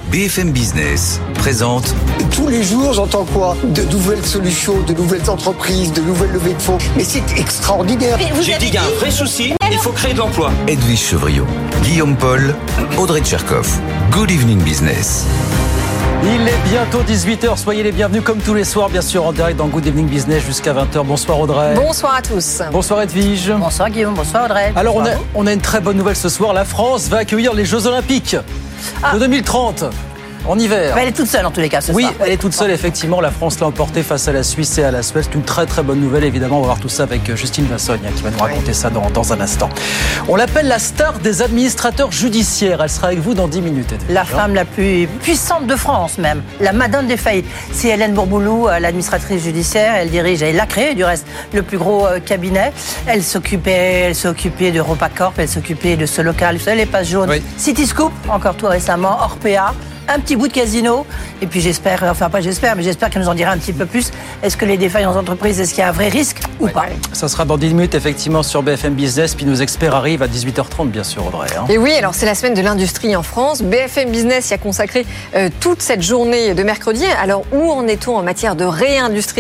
BFM Business présente. Tous les jours, j'entends quoi ? De nouvelles solutions, de nouvelles entreprises, de nouvelles levées de fonds. Mais c'est extraordinaire. J'ai dit qu'il y a un vrai souci, il faut créer de l'emploi. Edwige Chevrillon, Guillaume Paul, Audrey Tcherkov. Good evening business. Il est bientôt 18h, soyez les bienvenus comme tous les soirs, bien sûr, en direct dans Good Evening Business jusqu'à 20h. Bonsoir Audrey. Bonsoir à tous. Bonsoir Edwige. Bonsoir Guillaume, bonsoir Audrey. Alors on a une très bonne nouvelle ce soir, la France va accueillir les Jeux Olympiques de 2030. En hiver. Elle est toute seule en tous les cas ce soir. Oui, elle est toute seule effectivement. La France l'a emportée face à la Suisse et à la Suède. C'est une très très bonne nouvelle évidemment. On va voir tout ça avec Justine Vassogne qui va nous raconter ça dans un instant. On l'appelle la star des administrateurs judiciaires. Elle sera avec vous dans 10 minutes. La femme la plus puissante de France même. La madone des faillites. C'est Hélène Bourboulou, l'administratrice judiciaire. Elle dirige, elle a créé du reste le plus gros cabinet. Elle s'occupait d'EuropaCorp, elle s'occupait de ce local. Vous savez, les pages jaunes. Oui. Cityscoop, encore tout récemment, Orpea. Un petit bout de casino, et puis j'espère qu'elle nous en dira un petit peu plus. Est-ce que les défaillances d'entreprise, est-ce qu'il y a un vrai risque ou pas ? Ça sera dans 10 minutes, effectivement, sur BFM Business. Puis nos experts arrivent à 18h30, bien sûr, Audrey. Et oui, alors c'est la semaine de l'industrie en France. BFM Business y a consacré toute cette journée de mercredi. Alors, où en est-on en matière de réindustrialisation ?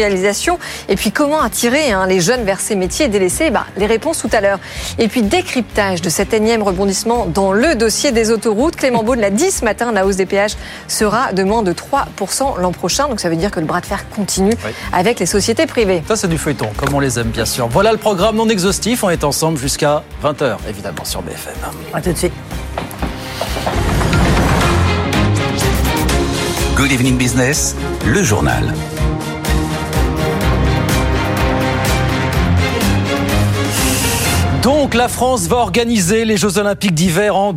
Et puis, comment attirer les jeunes vers ces métiers délaissés ? Les réponses tout à l'heure. Et puis, décryptage de cet énième rebondissement dans le dossier des autoroutes. Clément Beaune l'a dit ce matin, la hausse des péages sera de moins de 3% l'an prochain. Donc ça veut dire que le bras de fer continue avec les sociétés privées. Ça, c'est du feuilleton, comme on les aime, bien sûr. Voilà le programme non exhaustif. On est ensemble jusqu'à 20h, évidemment, sur BFM. À tout de suite. Good evening business, le journal. Donc la France va organiser les Jeux Olympiques d'hiver en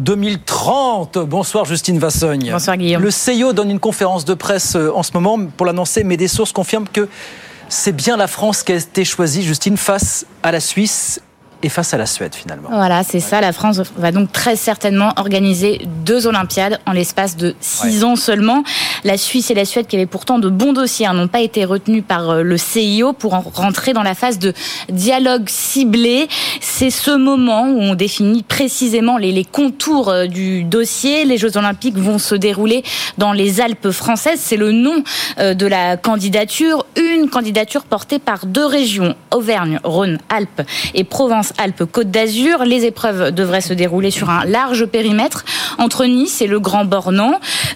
2030. Bonsoir Justine Vassogne. Bonsoir Guillaume. Le CIO donne une conférence de presse en ce moment pour l'annoncer, mais des sources confirment que c'est bien la France qui a été choisie, Justine, face à la Suisse et face à la Suède finalement. Voilà, c'est ça. La France va donc très certainement organiser 2 Olympiades en l'espace de 6 ans seulement. La Suisse et la Suède, qui avaient pourtant de bons dossiers, n'ont pas été retenus par le CIO pour rentrer dans la phase de dialogue ciblé. C'est ce moment où on définit précisément les contours du dossier. Les Jeux Olympiques vont se dérouler dans les Alpes françaises. C'est le nom de la candidature. Une candidature portée par 2 régions, Auvergne, Rhône, Alpes et Provence-Alpes-Côte d'Azur. Les épreuves devraient se dérouler sur un large périmètre entre Nice et le Grand Bornand.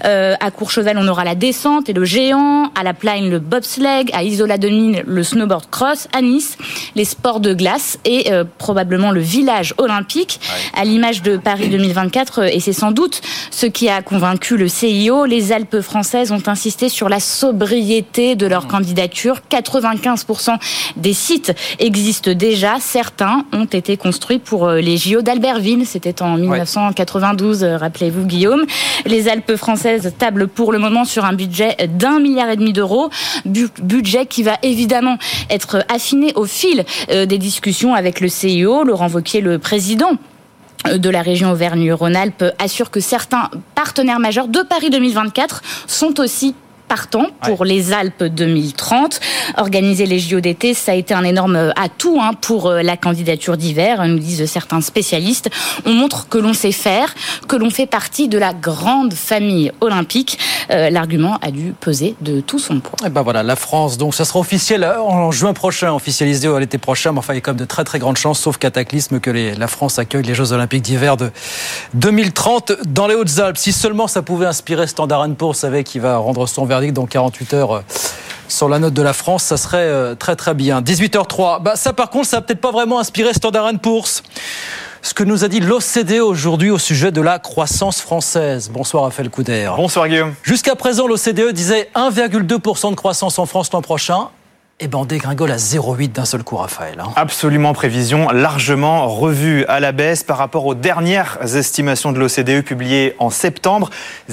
À Courchevel, on aura la descente et le géant. À La Plagne, le bobsleigh. À Isola-de-Mine, le snowboard cross. À Nice, les sports de glace et probablement le village olympique. À l'image de Paris 2024, et c'est sans doute ce qui a convaincu le CIO, les Alpes françaises ont insisté sur la sobriété de leur candidature. 95% des sites existent déjà. Certains ont été construits pour les JO d'Albertville. C'était en 1992, rappelez-vous Guillaume. Les Alpes françaises tablent pour le moment sur un budget d'1,5 milliard d'euros. Budget qui va évidemment être affiné au fil des discussions avec le CIO. Laurent Wauquiez, le président de la région Auvergne-Rhône-Alpes, assure que certains partenaires majeurs de Paris 2024 sont aussi partants pour les Alpes 2030. Organiser les JO d'été, ça a été un énorme atout pour la candidature d'hiver, nous disent certains spécialistes. On montre que l'on sait faire, que l'on fait partie de la grande famille olympique. L'argument a dû peser de tout son poids. Et voilà, la France, donc ça sera officiel en juin prochain, officialisé à l'été prochain, mais enfin il y a quand même de très très grandes chances, sauf cataclysme, que la France accueille les Jeux Olympiques d'hiver de 2030 dans les Hautes-Alpes. Si seulement ça pouvait inspirer Standard & Poor's, savez, qui va rendre son verdict dans 48 heures sur la note de la France, ça serait très très bien. 18h03, ça par contre, ça va peut-être pas vraiment inspiré Standard & Poor's. Ce que nous a dit l'OCDE aujourd'hui au sujet de la croissance française. Bonsoir Raphaël Couder. Bonsoir Guillaume. Jusqu'à présent, l'OCDE disait 1,2% de croissance en France l'an prochain. On dégringole à 0,8 d'un seul coup, Raphaël. Absolument, prévision largement revue à la baisse par rapport aux dernières estimations de l'OCDE publiées en septembre.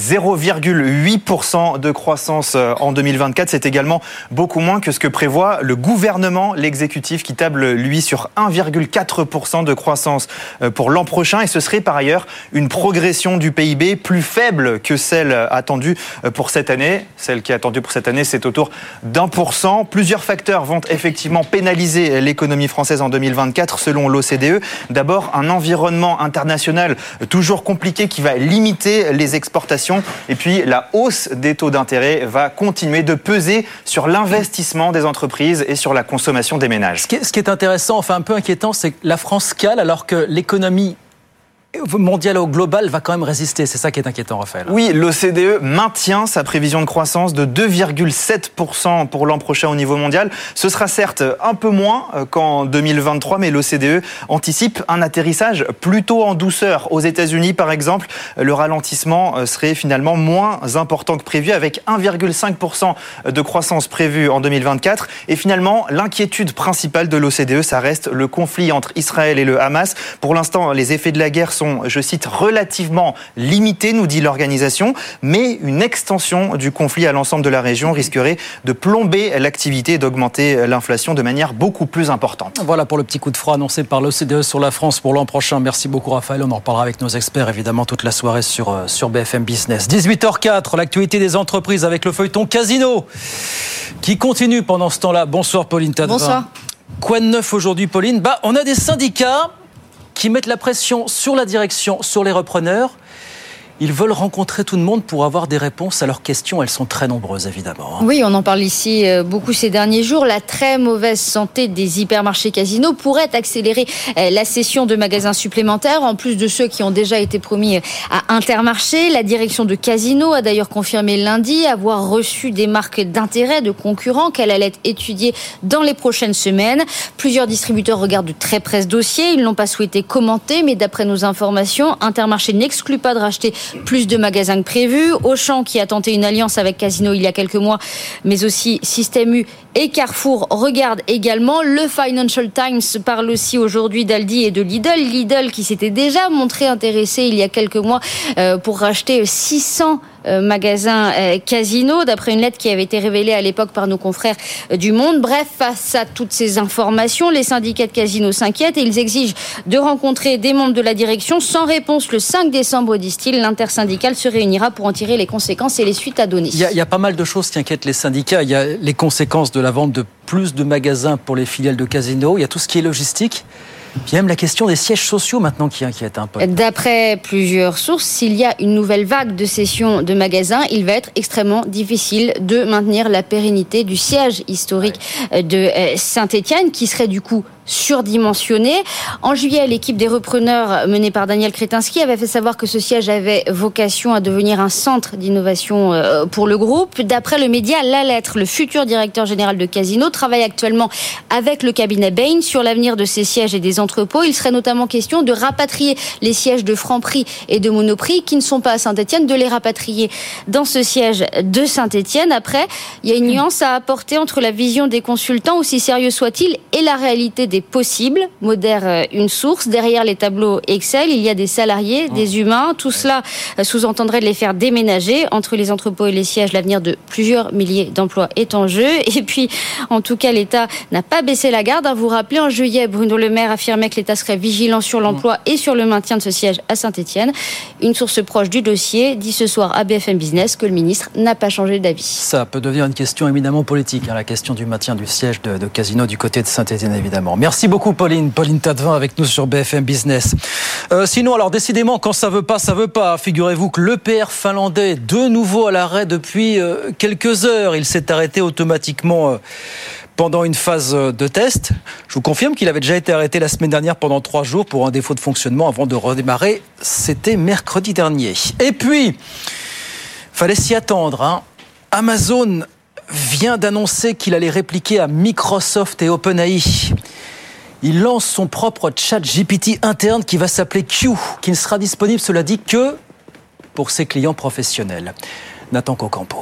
0,8% de croissance en 2024, c'est également beaucoup moins que ce que prévoit le gouvernement, l'exécutif qui table, lui, sur 1,4% de croissance pour l'an prochain. Et ce serait par ailleurs une progression du PIB plus faible que celle attendue pour cette année. Celle qui est attendue pour cette année, c'est autour d'1%. Plusieurs facteurs facteurs vont effectivement pénaliser l'économie française en 2024 selon l'OCDE. D'abord, un environnement international toujours compliqué qui va limiter les exportations. Et puis, la hausse des taux d'intérêt va continuer de peser sur l'investissement des entreprises et sur la consommation des ménages. Ce qui est intéressant, enfin un peu inquiétant, c'est que la France cale alors que l'économie mondiale au global va quand même résister. C'est ça qui est inquiétant, Raphaël. Oui, l'OCDE maintient sa prévision de croissance de 2,7% pour l'an prochain au niveau mondial. Ce sera certes un peu moins qu'en 2023, mais l'OCDE anticipe un atterrissage plutôt en douceur. Aux États-Unis, par exemple, le ralentissement serait finalement moins important que prévu, avec 1,5% de croissance prévue en 2024. Et finalement, l'inquiétude principale de l'OCDE, ça reste le conflit entre Israël et le Hamas. Pour l'instant, les effets de la guerre sont, je cite, relativement limités, nous dit l'organisation, mais une extension du conflit à l'ensemble de la région risquerait de plomber l'activité et d'augmenter l'inflation de manière beaucoup plus importante. Voilà pour le petit coup de froid annoncé par l'OCDE sur la France pour l'an prochain. Merci beaucoup, Raphaël. On en reparlera avec nos experts, évidemment, toute la soirée sur BFM Business. 18h04, l'actualité des entreprises avec le feuilleton Casino qui continue pendant ce temps-là. Bonsoir, Pauline Tadevin. Bonsoir. Quoi de neuf aujourd'hui, Pauline ? On a des syndicats qui mettent la pression sur la direction, sur les repreneurs. Ils veulent rencontrer tout le monde pour avoir des réponses à leurs questions. Elles sont très nombreuses, évidemment. Oui, on en parle ici beaucoup ces derniers jours. La très mauvaise santé des hypermarchés Casino pourrait accélérer la cession de magasins supplémentaires, en plus de ceux qui ont déjà été promis à Intermarché. La direction de Casino a d'ailleurs confirmé lundi avoir reçu des marques d'intérêt de concurrents qu'elle allait étudier dans les prochaines semaines. Plusieurs distributeurs regardent de très près ce dossier. Ils n'ont pas souhaité commenter, mais d'après nos informations, Intermarché n'exclut pas de racheter plus de magasins que prévu. Auchan, qui a tenté une alliance avec Casino il y a quelques mois, mais aussi Système U et Carrefour regardent également. Le Financial Times parle aussi aujourd'hui d'Aldi et de Lidl. Lidl qui s'était déjà montré intéressé il y a quelques mois pour racheter 600 magasins Casino, d'après une lettre qui avait été révélée à l'époque par nos confrères du Monde. Bref, face à toutes ces informations, les syndicats de Casino s'inquiètent et ils exigent de rencontrer des membres de la direction. Sans réponse le 5 décembre, disent-ils, l'intersyndicale se réunira pour en tirer les conséquences et les suites à donner. Il y a pas mal de choses qui inquiètent les syndicats. Il y a les conséquences de la vente de plus de magasins pour les filiales de Casino. Il y a tout ce qui est logistique. Puis même la question des sièges sociaux maintenant qui inquiète un peu. D'après plusieurs sources, s'il y a une nouvelle vague de cession de magasins, il va être extrêmement difficile de maintenir la pérennité du siège historique de Saint-Étienne, qui serait du coup surdimensionné. En juillet, l'équipe des repreneurs menée par Daniel Kretinsky avait fait savoir que ce siège avait vocation à devenir un centre d'innovation pour le groupe. D'après le média La Lettre, le futur directeur général de Casino travaille actuellement avec le cabinet Bain sur l'avenir de ces sièges et des entrepôts. Il serait notamment question de rapatrier les sièges de Franprix et de Monoprix qui ne sont pas à Saint-Étienne, de les rapatrier dans ce siège de Saint-Étienne. Après, il y a une nuance à apporter entre la vision des consultants, aussi sérieux soit-il, et la réalité des possibles, modère une source. Derrière les tableaux Excel, il y a des salariés, des humains. Tout cela sous-entendrait de les faire déménager. Entre les entrepôts et les sièges, l'avenir de plusieurs milliers d'emplois est en jeu. Et puis, en tout cas, l'État n'a pas baissé la garde. Vous vous rappelez, en juillet, Bruno Le Maire affirmait que l'État serait vigilant sur l'emploi et sur le maintien de ce siège à Saint-Étienne. Une source proche du dossier dit ce soir à BFM Business que le ministre n'a pas changé d'avis. Ça peut devenir une question éminemment politique, la question du maintien du siège de Casino du côté de Saint-Étienne, évidemment. Merci beaucoup, Pauline Tadevin avec nous sur BFM Business. Sinon, alors décidément, quand ça veut pas, ça veut pas. Figurez-vous que l'EPR finlandais est de nouveau à l'arrêt depuis quelques heures. Il s'est arrêté automatiquement pendant une phase de test. Je vous confirme qu'il avait déjà été arrêté la semaine dernière pendant 3 jours pour un défaut de fonctionnement avant de redémarrer. C'était mercredi dernier. Et puis, fallait s'y attendre. Amazon vient d'annoncer qu'il allait répliquer à Microsoft et OpenAI. Il lance son propre chat GPT interne qui va s'appeler Q, qui ne sera disponible, cela dit, que pour ses clients professionnels. Nathan Cocampo.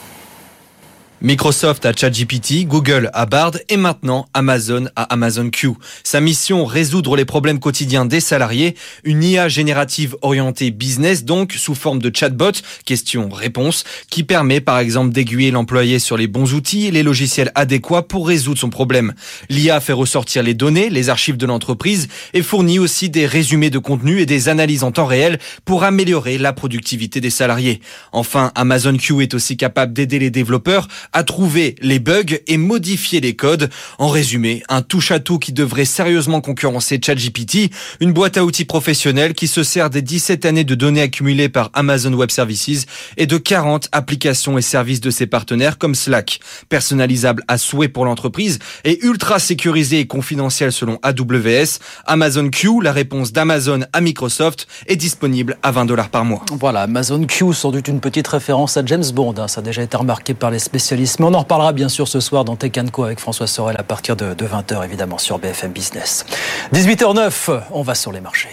Microsoft a ChatGPT, Google a Bard et maintenant Amazon a Amazon Q. Sa mission, résoudre les problèmes quotidiens des salariés. Une IA générative orientée business, donc sous forme de chatbot, question-réponse, qui permet par exemple d'aiguiller l'employé sur les bons outils et les logiciels adéquats pour résoudre son problème. L'IA fait ressortir les données, les archives de l'entreprise et fournit aussi des résumés de contenu et des analyses en temps réel pour améliorer la productivité des salariés. Enfin, Amazon Q est aussi capable d'aider les développeurs à trouver les bugs et modifier les codes. En résumé, un touche-à-tout qui devrait sérieusement concurrencer ChatGPT, une boîte à outils professionnelle qui se sert des 17 années de données accumulées par Amazon Web Services et de 40 applications et services de ses partenaires comme Slack. Personnalisable à souhait pour l'entreprise et ultra sécurisé et confidentiel selon AWS, Amazon Q, la réponse d'Amazon à Microsoft, est disponible à $20 par mois. Voilà, Amazon Q, sans doute une petite référence à James Bond. Ça a déjà été remarqué par les spécialistes. Mais on en reparlera bien sûr ce soir dans Tech & Co avec François Sorel à partir de 20h évidemment sur BFM Business. 18h09, on va sur les marchés.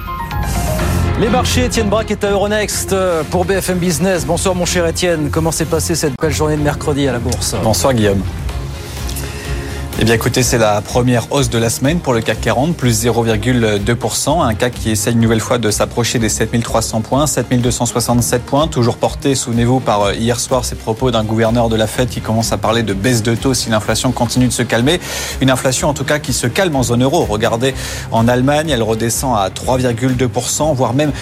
Les marchés, Étienne Braque est à Euronext pour BFM Business. Bonsoir mon cher Étienne, comment s'est passée cette belle journée de mercredi à la bourse ? Bonsoir Guillaume. Eh bien écoutez, c'est la première hausse de la semaine pour le CAC 40, plus 0,2%. Un CAC qui essaie une nouvelle fois de s'approcher des 7300 points, 7267 points, toujours porté, souvenez-vous, par hier soir ces propos d'un gouverneur de la Fed qui commence à parler de baisse de taux si l'inflation continue de se calmer. Une inflation en tout cas qui se calme en zone euro. Regardez, en Allemagne, elle redescend à 3,2%, voire même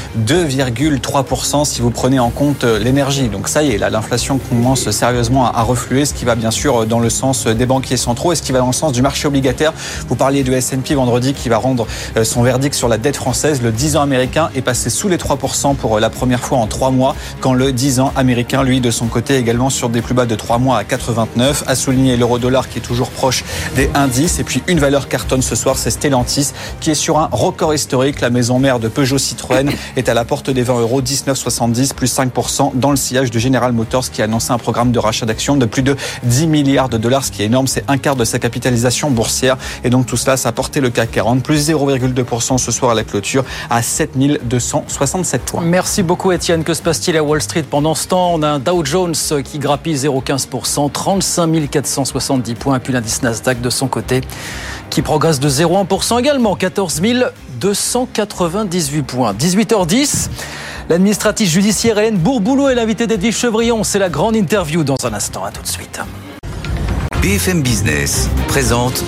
2,3% si vous prenez en compte l'énergie. Donc ça y est, là, l'inflation commence sérieusement à refluer, ce qui va bien sûr dans le sens des banquiers centraux et ce qui va dans le sens du marché obligataire. Vous parliez de S&P vendredi qui va rendre son verdict sur la dette française. Le 10 ans américain est passé sous les 3% pour la première fois en 3 mois, quand le 10 ans américain, lui, de son côté, également sur des plus bas de 3 mois à 89. A souligné l'euro-dollar qui est toujours proche des indices. Et puis une valeur cartonne ce soir, c'est Stellantis qui est sur un record historique. La maison mère de Peugeot Citroën est à la porte des 20 €, 19,70, plus 5% dans le sillage de General Motors qui a annoncé un programme de rachat d'actions de plus de 10 milliards de dollars, ce qui est énorme. C'est un quart de sa capitalisation boursière. Et donc tout cela, ça a porté le CAC 40, plus 0,2% ce soir à la clôture, à 7267 points. Merci beaucoup Étienne. Que se passe-t-il à Wall Street pendant ce temps? On a un Dow Jones qui grappille 0,15%, 35 470 points. Et puis l'indice Nasdaq de son côté qui progresse de 0,1% également, 14 298 points. 18h10. L'administratrice judiciaire Hélène Bourboulou est l'invitée d'Edwige Chevrillon. C'est la grande interview dans un instant. À tout de suite. BFM Business présente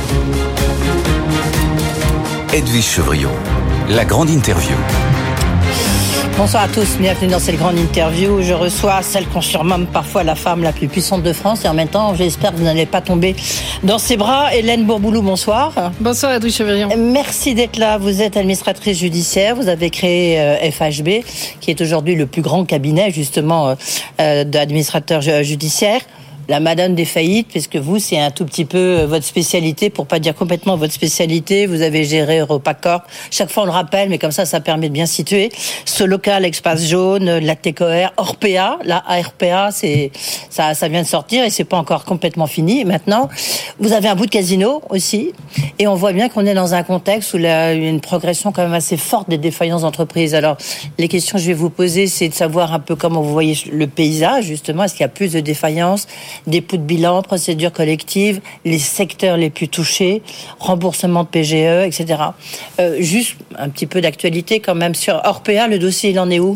Edwige Chevrillon, la grande interview. Bonsoir à tous, bienvenue dans cette grande interview. Je reçois celle qu'on surnomme parfois la femme la plus puissante de France et en même temps, j'espère que vous n'allez pas tomber dans ses bras. Hélène Bourboulou, bonsoir. Bonsoir Edwige Chevrillon. Merci d'être là. Vous êtes administratrice judiciaire. Vous avez créé FHB, qui est aujourd'hui le plus grand cabinet justement d'administrateurs judiciaires. La madone des faillites, puisque vous, c'est un tout petit peu votre spécialité, pour pas dire complètement votre spécialité. Vous avez géré EuropaCorp. Chaque fois, on le rappelle, mais comme ça permet de bien situer. Solocal, Espace Jaune, la TECOR, Orpea. La ARPA, ça vient de sortir et c'est pas encore complètement fini. Maintenant, vous avez un bout de casino aussi. Et on voit bien qu'on est dans un contexte où il y a une progression quand même assez forte des défaillances d'entreprises. Alors, les questions que je vais vous poser, c'est de savoir un peu comment vous voyez le paysage, justement. Est-ce qu'il y a plus de défaillances? Dépôt de bilan, procédure collective, les secteurs les plus touchés, remboursement de PGE, etc. Juste un petit peu d'actualité quand même sur Orpea, le dossier il en est où ?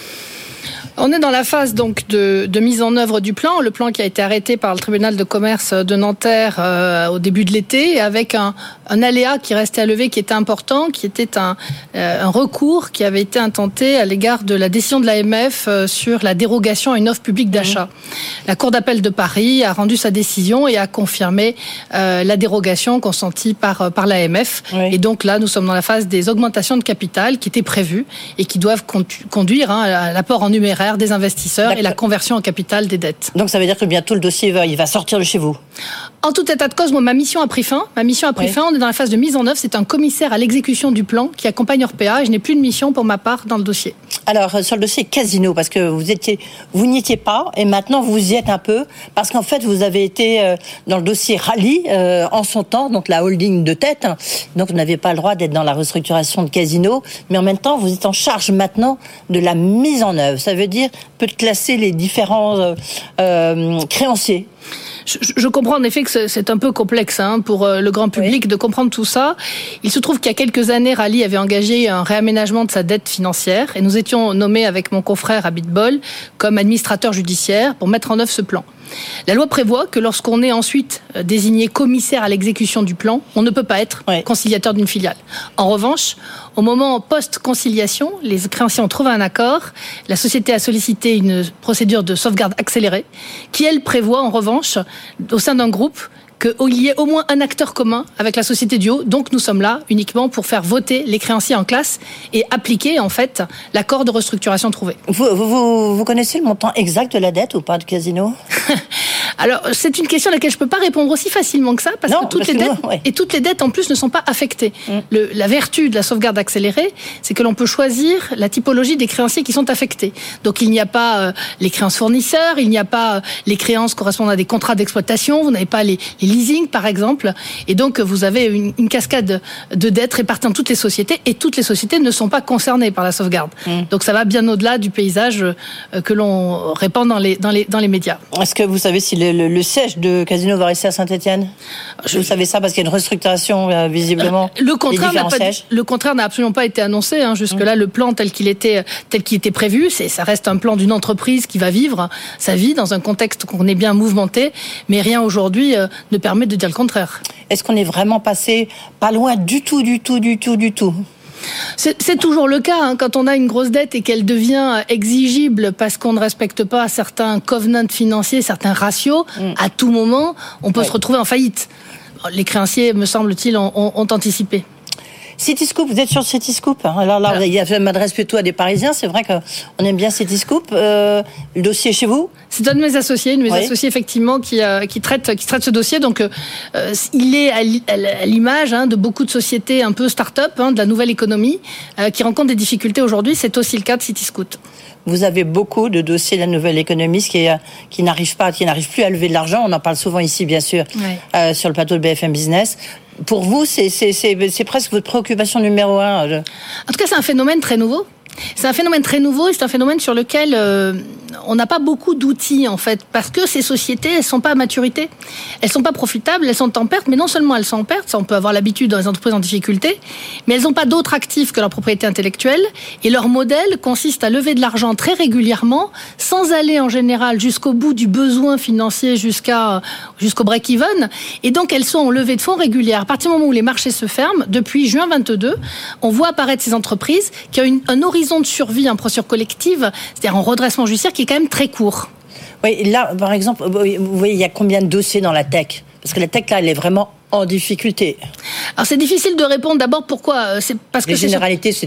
On est dans la phase donc de mise en œuvre du plan, le plan qui a été arrêté par le tribunal de commerce de Nanterre au début de l'été, avec un aléa qui restait à lever, qui était important, qui était un recours qui avait été intenté à l'égard de la décision de l'AMF sur la dérogation à une offre publique d'achat. La Cour d'appel de Paris a rendu sa décision et a confirmé la dérogation consentie par l'AMF. Et donc là, nous sommes dans la phase des augmentations de capital qui étaient prévues et qui doivent conduire à l'apport en numéraire des investisseurs et la conversion en capital des dettes. Donc ça veut dire que bientôt le dossier il va sortir de chez vous. En tout état de cause, ma mission a pris fin. On est dans la phase de mise en œuvre. C'est un commissaire à l'exécution du plan qui accompagne Orpea et je n'ai plus de mission pour ma part dans le dossier. Alors, sur le dossier casino, parce que vous n'y étiez pas et maintenant vous y êtes un peu, parce qu'en fait, vous avez été dans le dossier Rallye en son temps, donc la holding de tête. Donc, vous n'avez pas le droit d'être dans la restructuration de casino, mais en même temps, vous êtes en charge maintenant de la mise en œuvre. Ça veut dire peut classer les différents créanciers. Je comprends en effet que c'est un peu complexe pour le grand public de comprendre tout ça. Il se trouve qu'il y a quelques années, Rallye avait engagé un réaménagement de sa dette financière et nous étions nommés avec mon confrère à BitBall comme administrateur judiciaire pour mettre en œuvre ce plan. La loi prévoit que lorsqu'on est ensuite désigné commissaire à l'exécution du plan, on ne peut pas être conciliateur d'une filiale. En revanche, au moment post-conciliation, les créanciers ont trouvé un accord. La société a sollicité une procédure de sauvegarde accélérée qui, elle, prévoit en revanche, au sein d'un groupe, qu'il y ait au moins un acteur commun avec la société du haut. Donc nous sommes là uniquement pour faire voter les créanciers en classe et appliquer en fait l'accord de restructuration trouvé. Vous connaissez le montant exact de la dette ou pas de Casino ? Alors, c'est une question à laquelle je ne peux pas répondre aussi facilement que ça, parce que toutes les dettes, en plus, ne sont pas affectées. La vertu de la sauvegarde accélérée, c'est que l'on peut choisir la typologie des créanciers qui sont affectés. Donc, il n'y a pas les créances fournisseurs, il n'y a pas les créances correspondant à des contrats d'exploitation, vous n'avez pas les leasing, par exemple. Et donc, vous avez une cascade de dettes réparties dans toutes les sociétés, et toutes les sociétés ne sont pas concernées par la sauvegarde. Donc, ça va bien au-delà du paysage que l'on répand dans les médias. Est-ce que vous savez si le siège de Casino va rester à Saint-Étienne ? Vous savez ça parce qu'il y a une restructuration visiblement. Le contraire n'a absolument pas été annoncé. Jusque-là, le plan tel qu'il était prévu, ça reste un plan d'une entreprise qui va vivre sa vie dans un contexte qu'on est bien mouvementé, mais rien aujourd'hui ne permet de dire le contraire. Est-ce qu'on est vraiment passé pas loin du tout ? C'est toujours le cas quand on a une grosse dette et qu'elle devient exigible parce qu'on ne respecte pas certains covenants financiers, certains ratios. À tout moment, on peut se retrouver en faillite. Les créanciers, me semble-t-il, ont anticipé. Cityscoop, vous êtes sur Cityscoop. Alors là, je m'adresse plutôt à des Parisiens. C'est vrai qu'on aime bien Cityscoop. Le dossier chez vous ? C'est un de mes associés, effectivement, qui traite ce dossier. Donc, il est à l'image de beaucoup de sociétés un peu start-up, de la nouvelle économie, qui rencontrent des difficultés aujourd'hui. C'est aussi le cas de Cityscoop. Vous avez beaucoup de dossiers de la nouvelle économie qui n'arrivent plus à lever de l'argent. On en parle souvent ici, bien sûr, sur le plateau de BFM Business. Pour vous, c'est presque votre préoccupation numéro 1. En tout cas, c'est un phénomène très nouveau. C'est un phénomène très nouveau et c'est un phénomène sur lequel on n'a pas beaucoup d'outils en fait, parce que ces sociétés, elles sont pas à maturité, elles sont pas profitables, elles sont en perte, mais non seulement elles sont en perte, ça on peut avoir l'habitude dans les entreprises en difficulté, mais elles n'ont pas d'autres actifs que leur propriété intellectuelle et leur modèle consiste à lever de l'argent très régulièrement, sans aller en général jusqu'au bout du besoin financier jusqu'au break-even, et donc elles sont en levée de fonds régulière. À partir du moment où les marchés se ferment, depuis juin 22, on voit apparaître ces entreprises qui ont un horizon de survie en procédure collective, c'est-à-dire en redressement judiciaire qui est quand même très court. Oui, là, par exemple, vous voyez, il y a combien de dossiers dans la tech ? Parce que la tech, là, elle est vraiment en difficulté. Alors, c'est difficile de répondre. D'abord, pourquoi ? C'est parce que c'est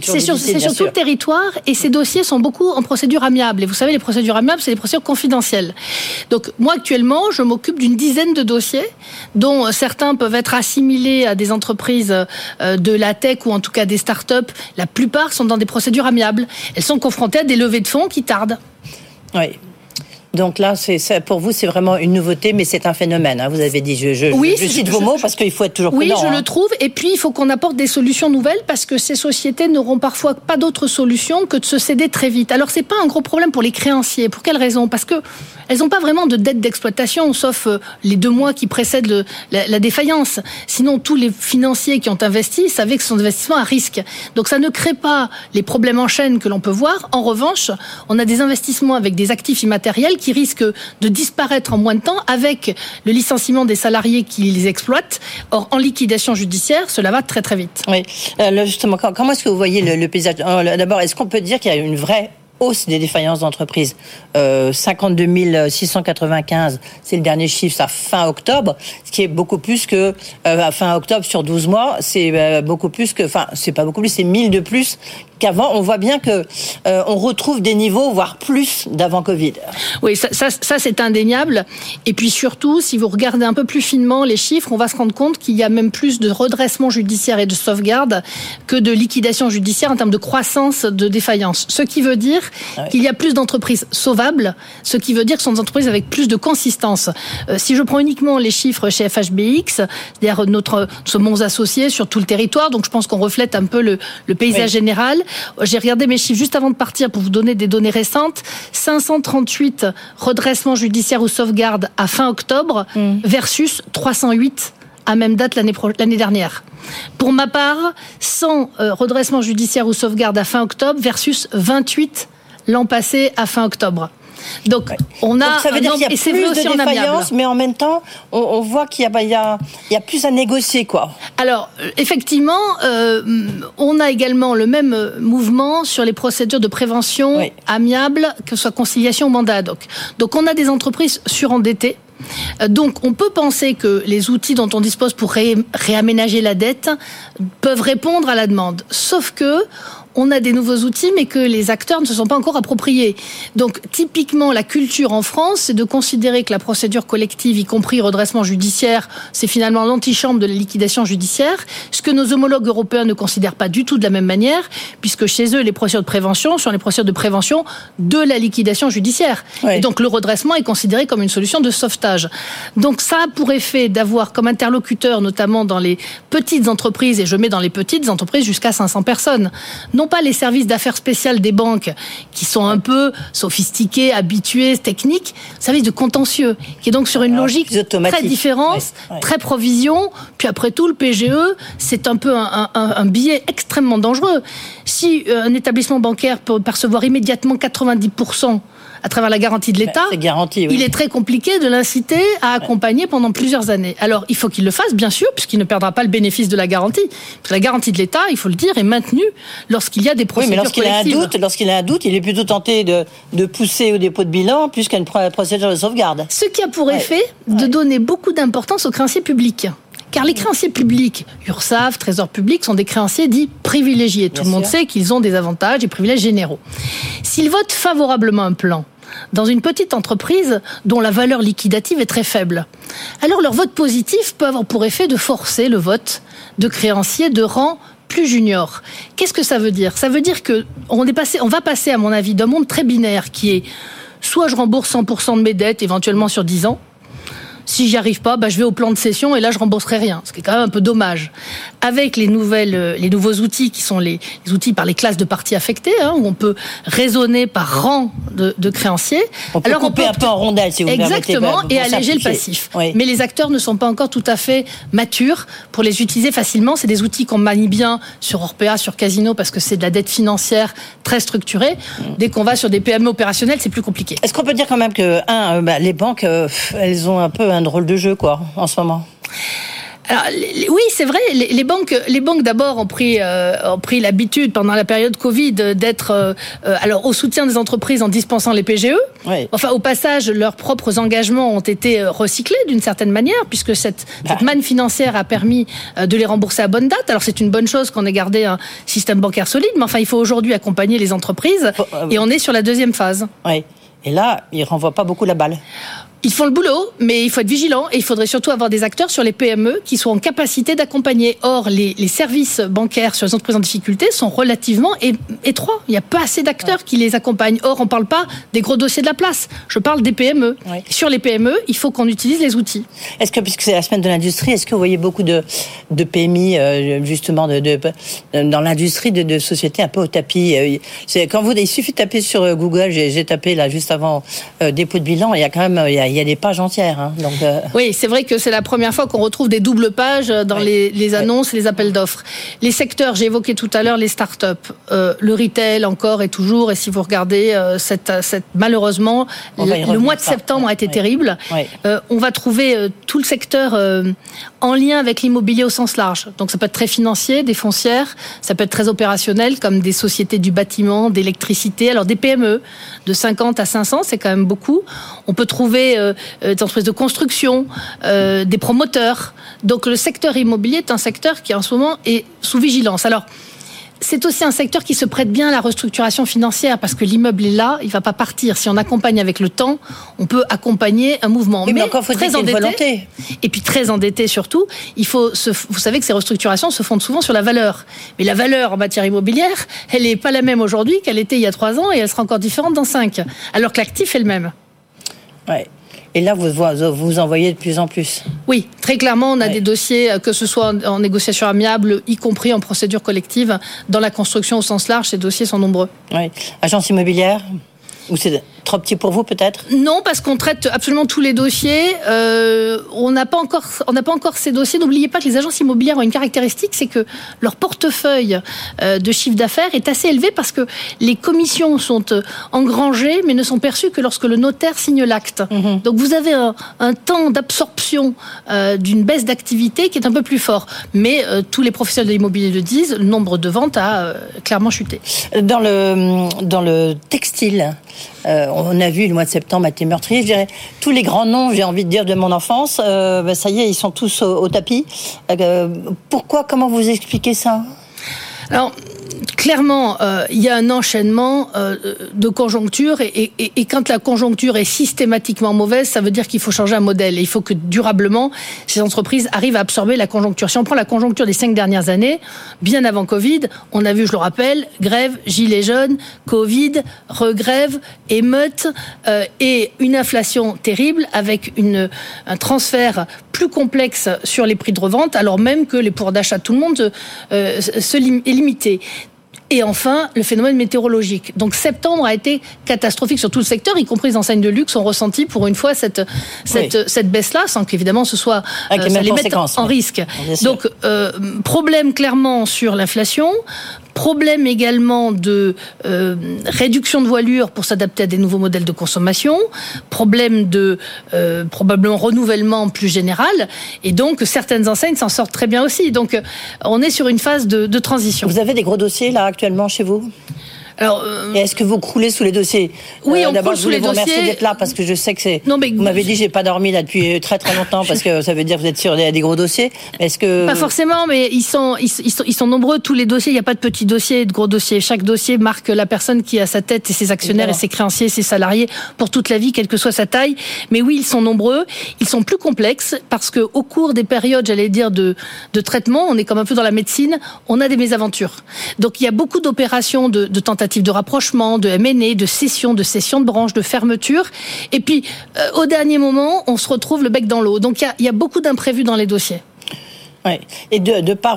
sur tout le territoire et ces dossiers sont beaucoup en procédure amiable. Et vous savez, les procédures amiables, c'est des procédures confidentielles. Donc, moi, actuellement, je m'occupe d'une dizaine de dossiers dont certains peuvent être assimilés à des entreprises de la tech ou en tout cas des start-up. La plupart sont dans des procédures amiables. Elles sont confrontées à des levées de fonds qui tardent. Oui. Donc là, pour vous, c'est vraiment une nouveauté, mais c'est un phénomène. Vous avez dit, je cite vos mots parce qu'il faut être toujours prudent. Oui, je le trouve. Et puis, il faut qu'on apporte des solutions nouvelles parce que ces sociétés n'auront parfois pas d'autre solution que de se céder très vite. Alors, c'est pas un gros problème pour les créanciers. Pour quelle raison ? Parce que elles n'ont pas vraiment de dette d'exploitation, sauf les 2 mois qui précèdent la défaillance. Sinon, tous les financiers qui ont investi savaient que ce sont des investissements à risque. Donc, ça ne crée pas les problèmes en chaîne que l'on peut voir. En revanche, on a des investissements avec des actifs immatériels qui risquent de disparaître en moins de temps avec le licenciement des salariés qui les exploitent. Or, en liquidation judiciaire, cela va très très vite. Oui, justement, comment est-ce que vous voyez le paysage ? D'abord, est-ce qu'on peut dire qu'il y a une vraie hausse des défaillances d'entreprises. 52 695, c'est le dernier chiffre, ça fin octobre, ce qui est beaucoup plus que fin octobre sur 12 mois, c'est beaucoup plus que, enfin c'est pas beaucoup plus, c'est 1000 de plus qu'avant. On voit bien que on retrouve des niveaux, voire plus d'avant Covid. Oui, ça c'est indéniable. Et puis surtout, si vous regardez un peu plus finement les chiffres, on va se rendre compte qu'il y a même plus de redressement judiciaire et de sauvegarde que de liquidation judiciaire en termes de croissance de défaillance. Ce qui veut dire qu'il y a plus d'entreprises sauvables, ce qui veut dire que ce sont des entreprises avec plus de consistance. Si je prends uniquement les chiffres chez FHBX, c'est-à-dire notre bons associés sur tout le territoire, donc je pense qu'on reflète un peu le paysage général. J'ai regardé mes chiffres juste avant de partir pour vous donner des données récentes. 538 redressements judiciaires ou sauvegardes à fin octobre versus 308 à même date l'année dernière. Pour ma part, 100 redressements judiciaires ou sauvegardes à fin octobre versus 28 l'an passé à fin octobre. Donc, on a. Donc, ça veut dire qu'il y a et c'est plus vrai aussi de en amiable. défaillances, mais en même temps, on voit qu'il y a plus à négocier, quoi. Alors, effectivement, on a également le même mouvement sur les procédures de prévention amiables, que ce soit conciliation ou mandat. Donc, on a des entreprises surendettées. Donc, on peut penser que les outils dont on dispose pour réaménager la dette peuvent répondre à la demande. Sauf que on a des nouveaux outils, mais que les acteurs ne se sont pas encore appropriés. Donc, typiquement, la culture en France, c'est de considérer que la procédure collective, y compris redressement judiciaire, c'est finalement l'antichambre de la liquidation judiciaire, ce que nos homologues européens ne considèrent pas du tout de la même manière, puisque chez eux, les procédures de prévention sont les procédures de prévention de la liquidation judiciaire. Et donc, le redressement est considéré comme une solution de sauvetage. Donc, ça a pour effet d'avoir comme interlocuteur, notamment dans les petites entreprises, et je mets dans les petites entreprises jusqu'à 500 personnes, non pas les services d'affaires spéciales des banques qui sont un peu sophistiqués, habitués, techniques, services de contentieux, qui est donc sur une logique très différente, très provision. Puis après tout, le PGE, c'est un peu un billet extrêmement dangereux. Si un établissement bancaire peut percevoir immédiatement 90% à travers la garantie de l'État, il est très compliqué de l'inciter à accompagner pendant plusieurs années. Alors, il faut qu'il le fasse, bien sûr, puisqu'il ne perdra pas le bénéfice de la garantie. Parce que la garantie de l'État, il faut le dire, est maintenue lorsqu'il y a des procédures collectives. Lorsqu'il a un doute, il est plutôt tenté de pousser au dépôt de bilan plus qu'à une procédure de sauvegarde. Ce qui a pour effet de donner beaucoup d'importance aux créanciers publics. Car les créanciers publics, URSSAF, Trésor public, sont des créanciers dits privilégiés. Tout le monde sait qu'ils ont des avantages et privilèges généraux. S'ils votent favorablement un plan dans une petite entreprise dont la valeur liquidative est très faible, alors leur vote positif peut avoir pour effet de forcer le vote de créanciers de rang plus junior. Qu'est-ce que ça veut dire ? Ça veut dire que on va passer, à mon avis, d'un monde très binaire qui est soit je rembourse 100% de mes dettes, éventuellement sur 10 ans, si j'y arrive pas, je vais au plan de cession et là je rembourserai rien, ce qui est quand même un peu dommage. Avec les nouveaux outils qui sont les outils par les classes de parties affectées, où on peut raisonner par rang de créanciers. On peut couper un peu en rondelles, si vous permettez. Exactement, et alléger le passif. Mais les acteurs ne sont pas encore tout à fait matures pour les utiliser facilement. C'est des outils qu'on manie bien sur Orpea, sur Casino, parce que c'est de la dette financière très structurée. Dès qu'on va sur des PME opérationnelles, c'est plus compliqué. Est-ce qu'on peut dire quand même que, les banques, elles ont un peu un drôle de jeu, en ce moment? Alors, oui, c'est vrai. Les banques d'abord ont pris l'habitude pendant la période Covid d'être au soutien des entreprises en dispensant les PGE. Enfin, au passage, leurs propres engagements ont été recyclés d'une certaine manière, puisque cette manne financière a permis de les rembourser à bonne date. Alors, c'est une bonne chose qu'on ait gardé un système bancaire solide, mais enfin, il faut aujourd'hui accompagner les entreprises, et on est sur la deuxième phase. Oui. Et là, ils renvoient pas beaucoup la balle. Ils font le boulot, mais il faut être vigilant et il faudrait surtout avoir des acteurs sur les PME qui soient en capacité d'accompagner. Or, les services bancaires sur les entreprises en difficulté sont relativement étroits. Il n'y a pas assez d'acteurs qui les accompagnent. Or, on ne parle pas des gros dossiers de la place. Je parle des PME. Sur les PME, il faut qu'on utilise les outils. Est-ce que, puisque c'est la semaine de l'industrie, est-ce que vous voyez beaucoup de PMI, justement, dans l'industrie, de sociétés un peu au tapis? Il suffit de taper sur Google, j'ai tapé là juste avant dépôt de bilan, il y a quand même... Il y a des pages entières. Donc, Oui, c'est vrai que c'est la première fois qu'on retrouve des doubles pages dans les annonces et les appels d'offres. Les secteurs, j'ai évoqué tout à l'heure les startups. Le retail encore et toujours. Et si vous regardez, malheureusement, le mois de septembre a été terrible. On va trouver tout le secteur en lien avec l'immobilier au sens large. Donc ça peut être très financier, des foncières. Ça peut être très opérationnel, comme des sociétés du bâtiment, d'électricité. Alors des PME de 50 à 500, c'est quand même beaucoup. On peut trouver des entreprises de construction, des promoteurs. Donc le secteur immobilier est un secteur qui en ce moment est sous vigilance. Alors c'est aussi un secteur qui se prête bien à la restructuration financière parce que l'immeuble est là, il ne va pas partir. Si on accompagne avec le temps, on peut accompagner un mouvement. Oui, mais encore faut-il qu'il y ait une volonté. Et puis très endetté surtout. Vous savez que ces restructurations se fondent souvent sur la valeur. Mais la valeur en matière immobilière, elle n'est pas la même aujourd'hui qu'elle était il y a 3 ans et elle sera encore différente dans 5. Alors que l'actif est le même. Ouais. Et là, vous en voyez de plus en plus. Oui, très clairement, on a des dossiers, que ce soit en négociation amiable, y compris en procédure collective. Dans la construction au sens large, ces dossiers sont nombreux. Oui. Agence immobilière ? Ou c'est trop petit pour vous, peut-être ? Non, parce qu'on traite absolument tous les dossiers. On n'a pas encore ces dossiers. N'oubliez pas que les agences immobilières ont une caractéristique, c'est que leur portefeuille de chiffre d'affaires est assez élevé parce que les commissions sont engrangées, mais ne sont perçues que lorsque le notaire signe l'acte. Donc vous avez un temps d'absorption d'une baisse d'activité qui est un peu plus fort. Mais tous les professionnels de l'immobilier le disent, le nombre de ventes a clairement chuté. Dans le textile, on a vu le mois de septembre a été meurtrier. Je dirais tous les grands noms, j'ai envie de dire, de mon enfance, ça y est, ils sont tous au tapis. Pourquoi ? Comment vous expliquez ça ? Alors, clairement, il y a un enchaînement de conjoncture et quand la conjoncture est systématiquement mauvaise, ça veut dire qu'il faut changer un modèle. Et il faut que durablement, ces entreprises arrivent à absorber la conjoncture. Si on prend la conjoncture des 5 dernières années, bien avant Covid, on a vu, je le rappelle, grève, gilets jaunes, Covid, regrève, émeutes et une inflation terrible avec un transfert plus complexe sur les prix de revente, alors même que les pouvoirs d'achat de tout le monde est limité. Et enfin, le phénomène météorologique. Donc septembre a été catastrophique sur tout le secteur, y compris les enseignes de luxe ont ressenti pour une fois cette baisse-là, sans qu'évidemment ce soit ça les mette en risque. Donc problème clairement sur l'inflation. Problème également de réduction de voilure pour s'adapter à des nouveaux modèles de consommation. Problème de probablement renouvellement plus général. Et donc, certaines enseignes s'en sortent très bien aussi. Donc, on est sur une phase de transition. Vous avez des gros dossiers, là, actuellement, chez vous ? Alors, et est-ce que vous croulez sous les dossiers ? Oui, on d'abord, croule sous les dossiers. Merci d'être là parce que je sais que c'est. Non, mais vous m'avez dit j'ai pas dormi là depuis très très longtemps parce que ça veut dire que vous êtes sur des gros dossiers. Est-ce que pas forcément, mais ils sont nombreux tous les dossiers. Il n'y a pas de petits dossiers et de gros dossiers. Chaque dossier marque la personne qui a sa tête et ses actionnaires et ses créanciers, ses salariés pour toute la vie, quelle que soit sa taille. Mais oui, ils sont nombreux. Ils sont plus complexes parce que au cours des périodes, j'allais dire de traitement, on est comme un peu dans la médecine, on a des mésaventures. Donc il y a beaucoup d'opérations de tentatives de rapprochement, de M&A, de cession de branches, de fermeture. Et puis, au dernier moment, on se retrouve le bec dans l'eau. Donc, il y a beaucoup d'imprévus dans les dossiers. Ouais. Et de par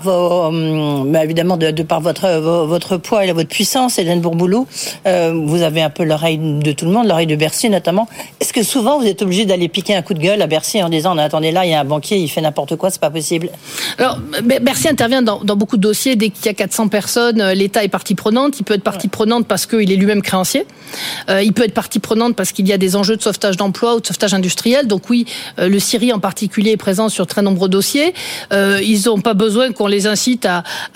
évidemment de par votre poids et votre puissance, Hélène Bourboulou, vous avez un peu l'oreille de tout le monde, l'oreille de Bercy notamment. Est-ce que souvent vous êtes obligé d'aller piquer un coup de gueule à Bercy en disant attendez là il y a un banquier il fait n'importe quoi, c'est pas possible? Alors Bercy intervient dans beaucoup de dossiers dès qu'il y a 400 personnes, l'État est partie prenante. Il peut être partie prenante parce qu'il est lui-même créancier. Il peut être partie prenante parce qu'il y a des enjeux de sauvetage d'emploi ou de sauvetage industriel. Donc oui, le CIRI en particulier est présent sur très nombreux dossiers. Ils n'ont pas besoin qu'on les incite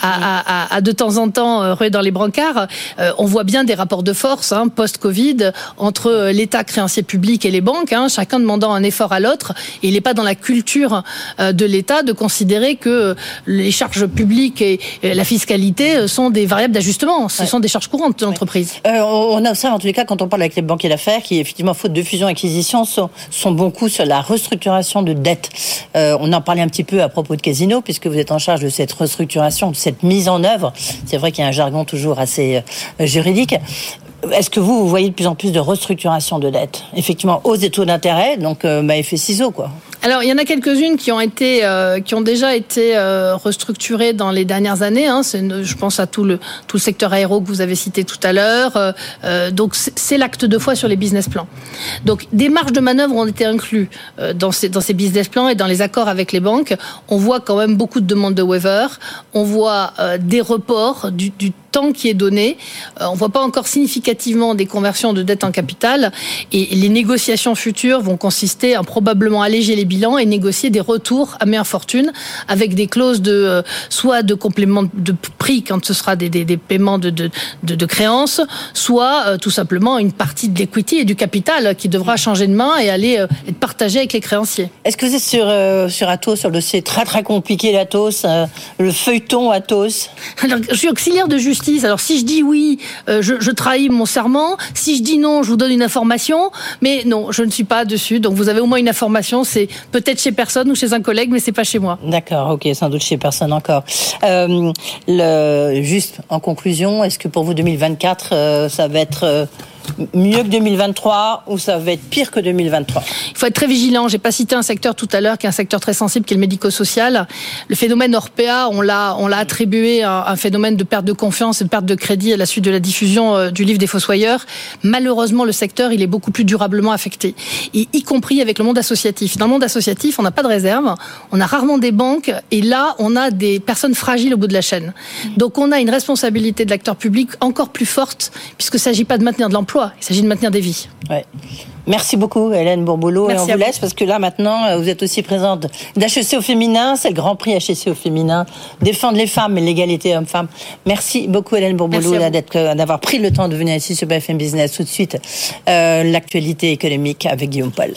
à de temps en temps ruer dans les brancards. On voit bien des rapports de force post-Covid entre l'État créancier public et les banques, chacun demandant un effort à l'autre. Et il n'est pas dans la culture de l'État de considérer que les charges publiques et la fiscalité sont des variables d'ajustement. Ce sont des charges courantes de l'entreprise. On a ça en tous les cas quand on parle avec les banquiers d'affaires qui, effectivement, faute de fusion-acquisition, sont beaucoup sur la restructuration de dettes. On en parlait un petit peu à propos de Casino, puisque vous êtes en charge de cette restructuration, de cette mise en œuvre. C'est vrai qu'il y a un jargon toujours assez juridique. Est-ce que vous voyez de plus en plus de restructuration de dettes ? Effectivement, hausse des taux d'intérêt, donc effet ciseaux, quoi. Alors, il y en a quelques-unes qui ont déjà été restructurées dans les dernières années. Je pense à tout le secteur aéro que vous avez cité tout à l'heure. Donc, c'est l'acte de foi sur les business plans. Donc, des marges de manœuvre ont été inclus dans ces business plans et dans les accords avec les banques. On voit quand même beaucoup de demandes de waiver. On voit des reports du temps qui est donné. On voit pas encore significativement des conversions de dette en capital. Et les négociations futures vont consister à probablement alléger les bilans et négocier des retours à meilleure fortune avec des clauses soit de complément de prix quand ce sera des paiements de créances, soit tout simplement une partie de l'equity et du capital qui devra changer de main et aller être partagé avec les créanciers. Est-ce que vous êtes sur Atos, sur le dossier très très compliqué d'Atos, le feuilleton Atos? Alors, je suis auxiliaire de justice. Alors si je dis oui, je trahis mon serment. Si je dis non, je vous donne une information. Mais non, je ne suis pas dessus. Donc vous avez au moins une information. C'est peut-être chez personne ou chez un collègue, mais c'est pas chez moi. D'accord, ok, sans doute chez personne encore. Juste en conclusion, est-ce que pour vous 2024, ça va être mieux que 2023 ou ça va être pire que 2023? Il faut être très vigilant. J'ai pas cité un secteur tout à l'heure qui est un secteur très sensible, qui est le médico-social. Le phénomène Orpea, on l'a attribué à un phénomène de perte de confiance et de perte de crédit à la suite de la diffusion du livre des Fossoyeurs. Malheureusement, le secteur, il est beaucoup plus durablement affecté, et y compris avec le monde associatif. Dans le monde associatif, on n'a pas de réserve, on a rarement des banques, et là, on a des personnes fragiles au bout de la chaîne. Donc, on a une responsabilité de l'acteur public encore plus forte, puisqu'il ne s'agit pas de maintenir de l'emploi, il s'agit de maintenir des vies. Ouais. Merci beaucoup, Hélène Bourboulot. Et on vous laisse parce que là, maintenant, vous êtes aussi présente d'HEC au féminin. C'est le Grand Prix HEC au féminin. Défendre les femmes et l'égalité homme-femme. Merci beaucoup, Hélène Bourboulot, d'avoir pris le temps de venir ici sur BFM Business. Tout de suite, l'actualité économique avec Guillaume Paul.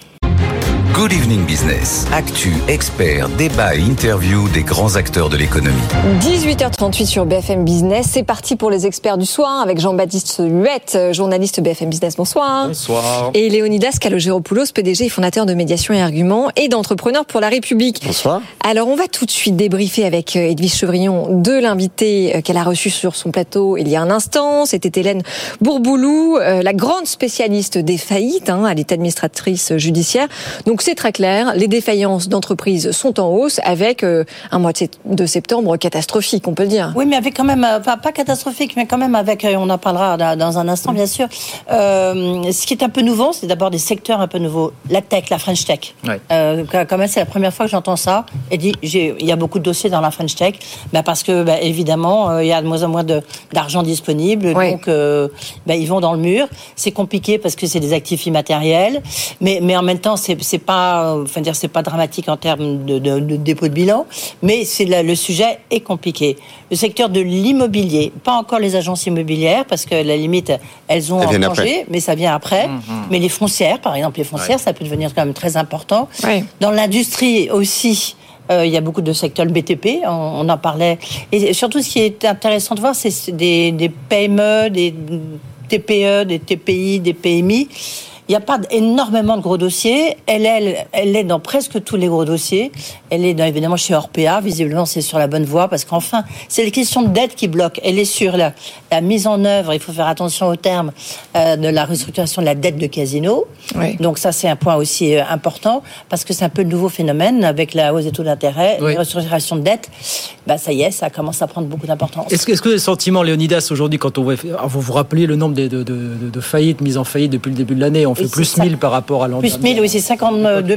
Good Evening Business. Actu, experts, débat et interview des grands acteurs de l'économie. 18h38 sur BFM Business. C'est parti pour les experts du soir avec Jean-Baptiste Huette, journaliste BFM Business. Bonsoir. Bonsoir. Et Léonidas Kalogéropoulos, PDG et fondateur de Médiation et Arguments et d'Entrepreneurs pour la République. Bonsoir. Alors, on va tout de suite débriefer avec Edwige Chevrillon de l'invité qu'elle a reçu sur son plateau il y a un instant. C'était Hélène Bourboulou, la grande spécialiste des faillites. Elle est administratrice judiciaire. Donc, c'est très clair, les défaillances d'entreprises sont en hausse avec un mois de septembre catastrophique, on peut le dire. Oui, mais avec quand même, pas catastrophique, mais quand même avec, on en parlera dans un instant, bien sûr. Ce qui est un peu nouveau, c'est d'abord des secteurs un peu nouveaux. La tech, la French Tech. Ouais. Quand même, c'est la première fois que j'entends ça. Et il y a beaucoup de dossiers dans la French Tech, parce que, évidemment, il y a de moins en moins d'argent disponible, ouais. Donc ils vont dans le mur. C'est compliqué parce que c'est des actifs immatériels, mais en même temps, c'est pas dramatique en termes de dépôt de bilan, mais le sujet est compliqué. Le secteur de l'immobilier, pas encore les agences immobilières, parce que la limite, elles ont en congé, mais ça vient après. Mais les foncières, par exemple, ça peut devenir quand même très important. Ouais. Dans l'industrie aussi, il y a beaucoup de secteurs, le BTP, on en parlait. Et surtout, ce qui est intéressant de voir, c'est des PME, des TPE, des TPI, des PMI. Il n'y a pas énormément de gros dossiers. Elle est dans presque tous les gros dossiers. Elle est évidemment chez Orpea. Visiblement, c'est sur la bonne voie parce qu'enfin, c'est les questions de dette qui bloquent. Elle est sur la mise en œuvre, il faut faire attention au terme, de la restructuration de la dette de Casino. Oui. Donc ça, c'est un point aussi important parce que c'est un peu le nouveau phénomène avec la hausse des taux d'intérêt, oui. La restructuration de dette. Ça y est, ça commence à prendre beaucoup d'importance. Est-ce que le sentiment, Léonidas, aujourd'hui, quand on vous vous rappelez le nombre de faillites, mises en faillite depuis le début de l'année, on fait plus 1000 par rapport à l'an dernier. Plus 1000, oui, c'est 52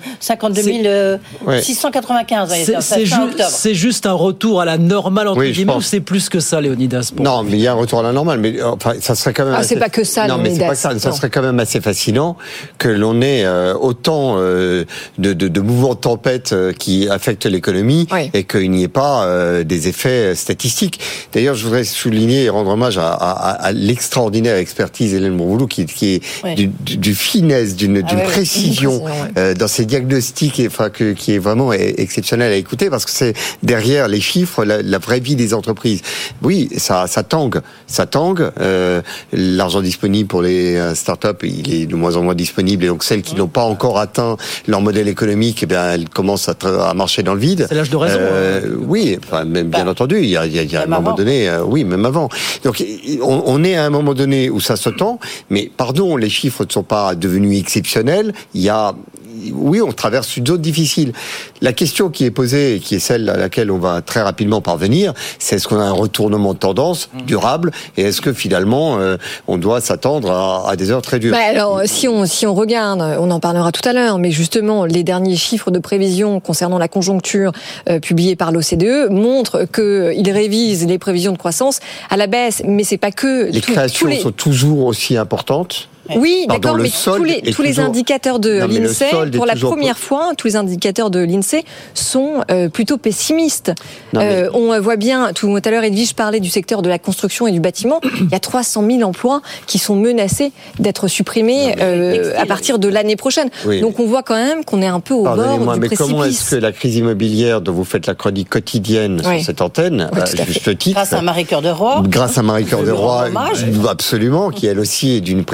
695. C'est juste un retour à la normale, entre guillemets, ou c'est plus que ça, Léonidas? Non, mais il y a un retour à la normale, mais enfin, ça serait quand même... c'est pas que ça, non, mais c'est pas que ça. Ça serait quand même assez fascinant que l'on ait autant de mouvements de tempête qui affectent l'économie, oui. Et qu'il n'y ait pas des effets statistiques. D'ailleurs, je voudrais souligner et rendre hommage à l'extraordinaire expertise Hélène Bourboulou qui est oui. du finesse, d'une précision dans ses diagnostics, qui est vraiment exceptionnelle à écouter parce que c'est derrière les chiffres la vraie vie des entreprises. Oui, ça tangue. L'argent disponible pour les startups, il est de moins en moins disponible, et donc celles qui n'ont pas encore atteint leur modèle économique, elles commencent à marcher dans le vide. C'est l'âge de raison. Oui, même bien entendu, il y a un moment donné, oui, même avant. Donc on est à un moment donné où ça se tend, mais pardon, les chiffres ne sont pas devenus exceptionnels. Oui, on traverse une zone difficile. La question qui est posée, et qui est celle à laquelle on va très rapidement parvenir, c'est est-ce qu'on a un retournement de tendance durable, et est-ce que finalement on doit s'attendre à des heures très dures? Alors, si on regarde, on en parlera tout à l'heure, mais justement, les derniers chiffres de prévision concernant la conjoncture publiés par l'OCDE montrent qu'ils révisent les prévisions de croissance à la baisse, mais c'est pas que... Les créations sont toujours aussi importantes. Oui, d'accord, mais tous les indicateurs de l'INSEE, pour la première fois, tous les indicateurs de l'INSEE sont plutôt pessimistes. On voit bien, tout à l'heure, Edwige parlait du secteur de la construction et du bâtiment. Il y a 300 000 emplois qui sont menacés d'être supprimés à partir de l'année prochaine. Oui. Donc on voit quand même qu'on est un peu au bord du précipice. Comment est-ce que la crise immobilière dont vous faites la chronique quotidienne sur cette antenne, juste titre, grâce à Marie-Cœur de Roy, absolument, qui elle aussi est d'une précision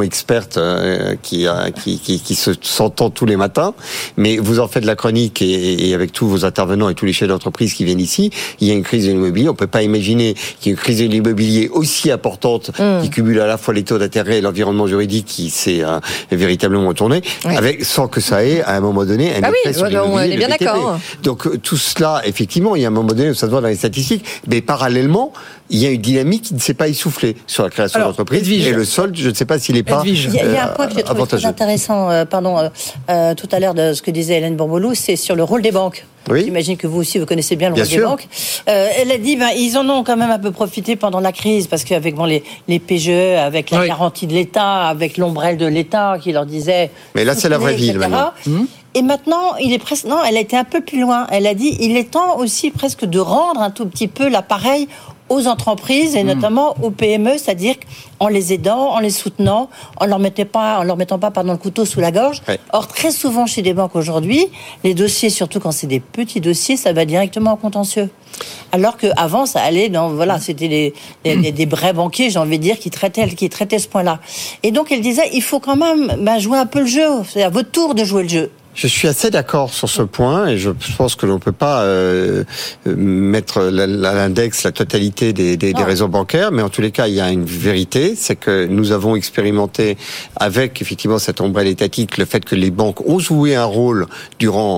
experte qui s'entend tous les matins, mais vous en faites la chronique et avec tous vos intervenants et tous les chefs d'entreprise qui viennent ici, il y a une crise de l'immobilier. On peut pas imaginer qu'il y ait une crise de l'immobilier aussi importante qui cumule à la fois les taux d'intérêt et l'environnement juridique qui s'est véritablement retourné, sans que ça ait à un moment donné un effet sur l'immobilier. On est bien d'accord. Donc tout cela, effectivement, il y a un moment donné où ça se voit dans les statistiques, mais parallèlement, il y a une dynamique qui ne s'est pas essoufflée sur la création d'entreprises. Et le solde, je ne sais pas s'il n'est pas Il y a un point que j'ai trouvé très intéressant tout à l'heure de ce que disait Hélène Bourboulou, c'est sur le rôle des banques. Oui. J'imagine que vous aussi, vous connaissez bien le rôle des banques. Elle a dit, ils en ont quand même un peu profité pendant la crise, parce qu'avec les PGE, avec la garantie de l'État, avec l'ombrelle de l'État qui leur disait... Mais là, c'est la vraie vie, maintenant. Et maintenant, il est presque... Non, elle a été un peu plus loin. Elle a dit, il est temps aussi presque de rendre un tout petit peu l'appareil aux entreprises et notamment aux PME, c'est-à-dire en les aidant, en les soutenant, en leur mettant pas le couteau sous la gorge. Or, très souvent chez des banques aujourd'hui, les dossiers, surtout quand c'est des petits dossiers, ça va directement en contentieux. Alors qu'avant, ça allait c'était des vrais banquiers, j'ai envie de dire, qui traitaient ce point-là. Et donc, elle disait, il faut quand même jouer un peu le jeu. C'est à votre tour de jouer le jeu. Je suis assez d'accord sur ce point et je pense que l'on peut pas mettre à l'index la totalité des réseaux bancaires, mais en tous les cas, il y a une vérité, c'est que nous avons expérimenté avec effectivement cette ombrelle étatique le fait que les banques ont joué un rôle durant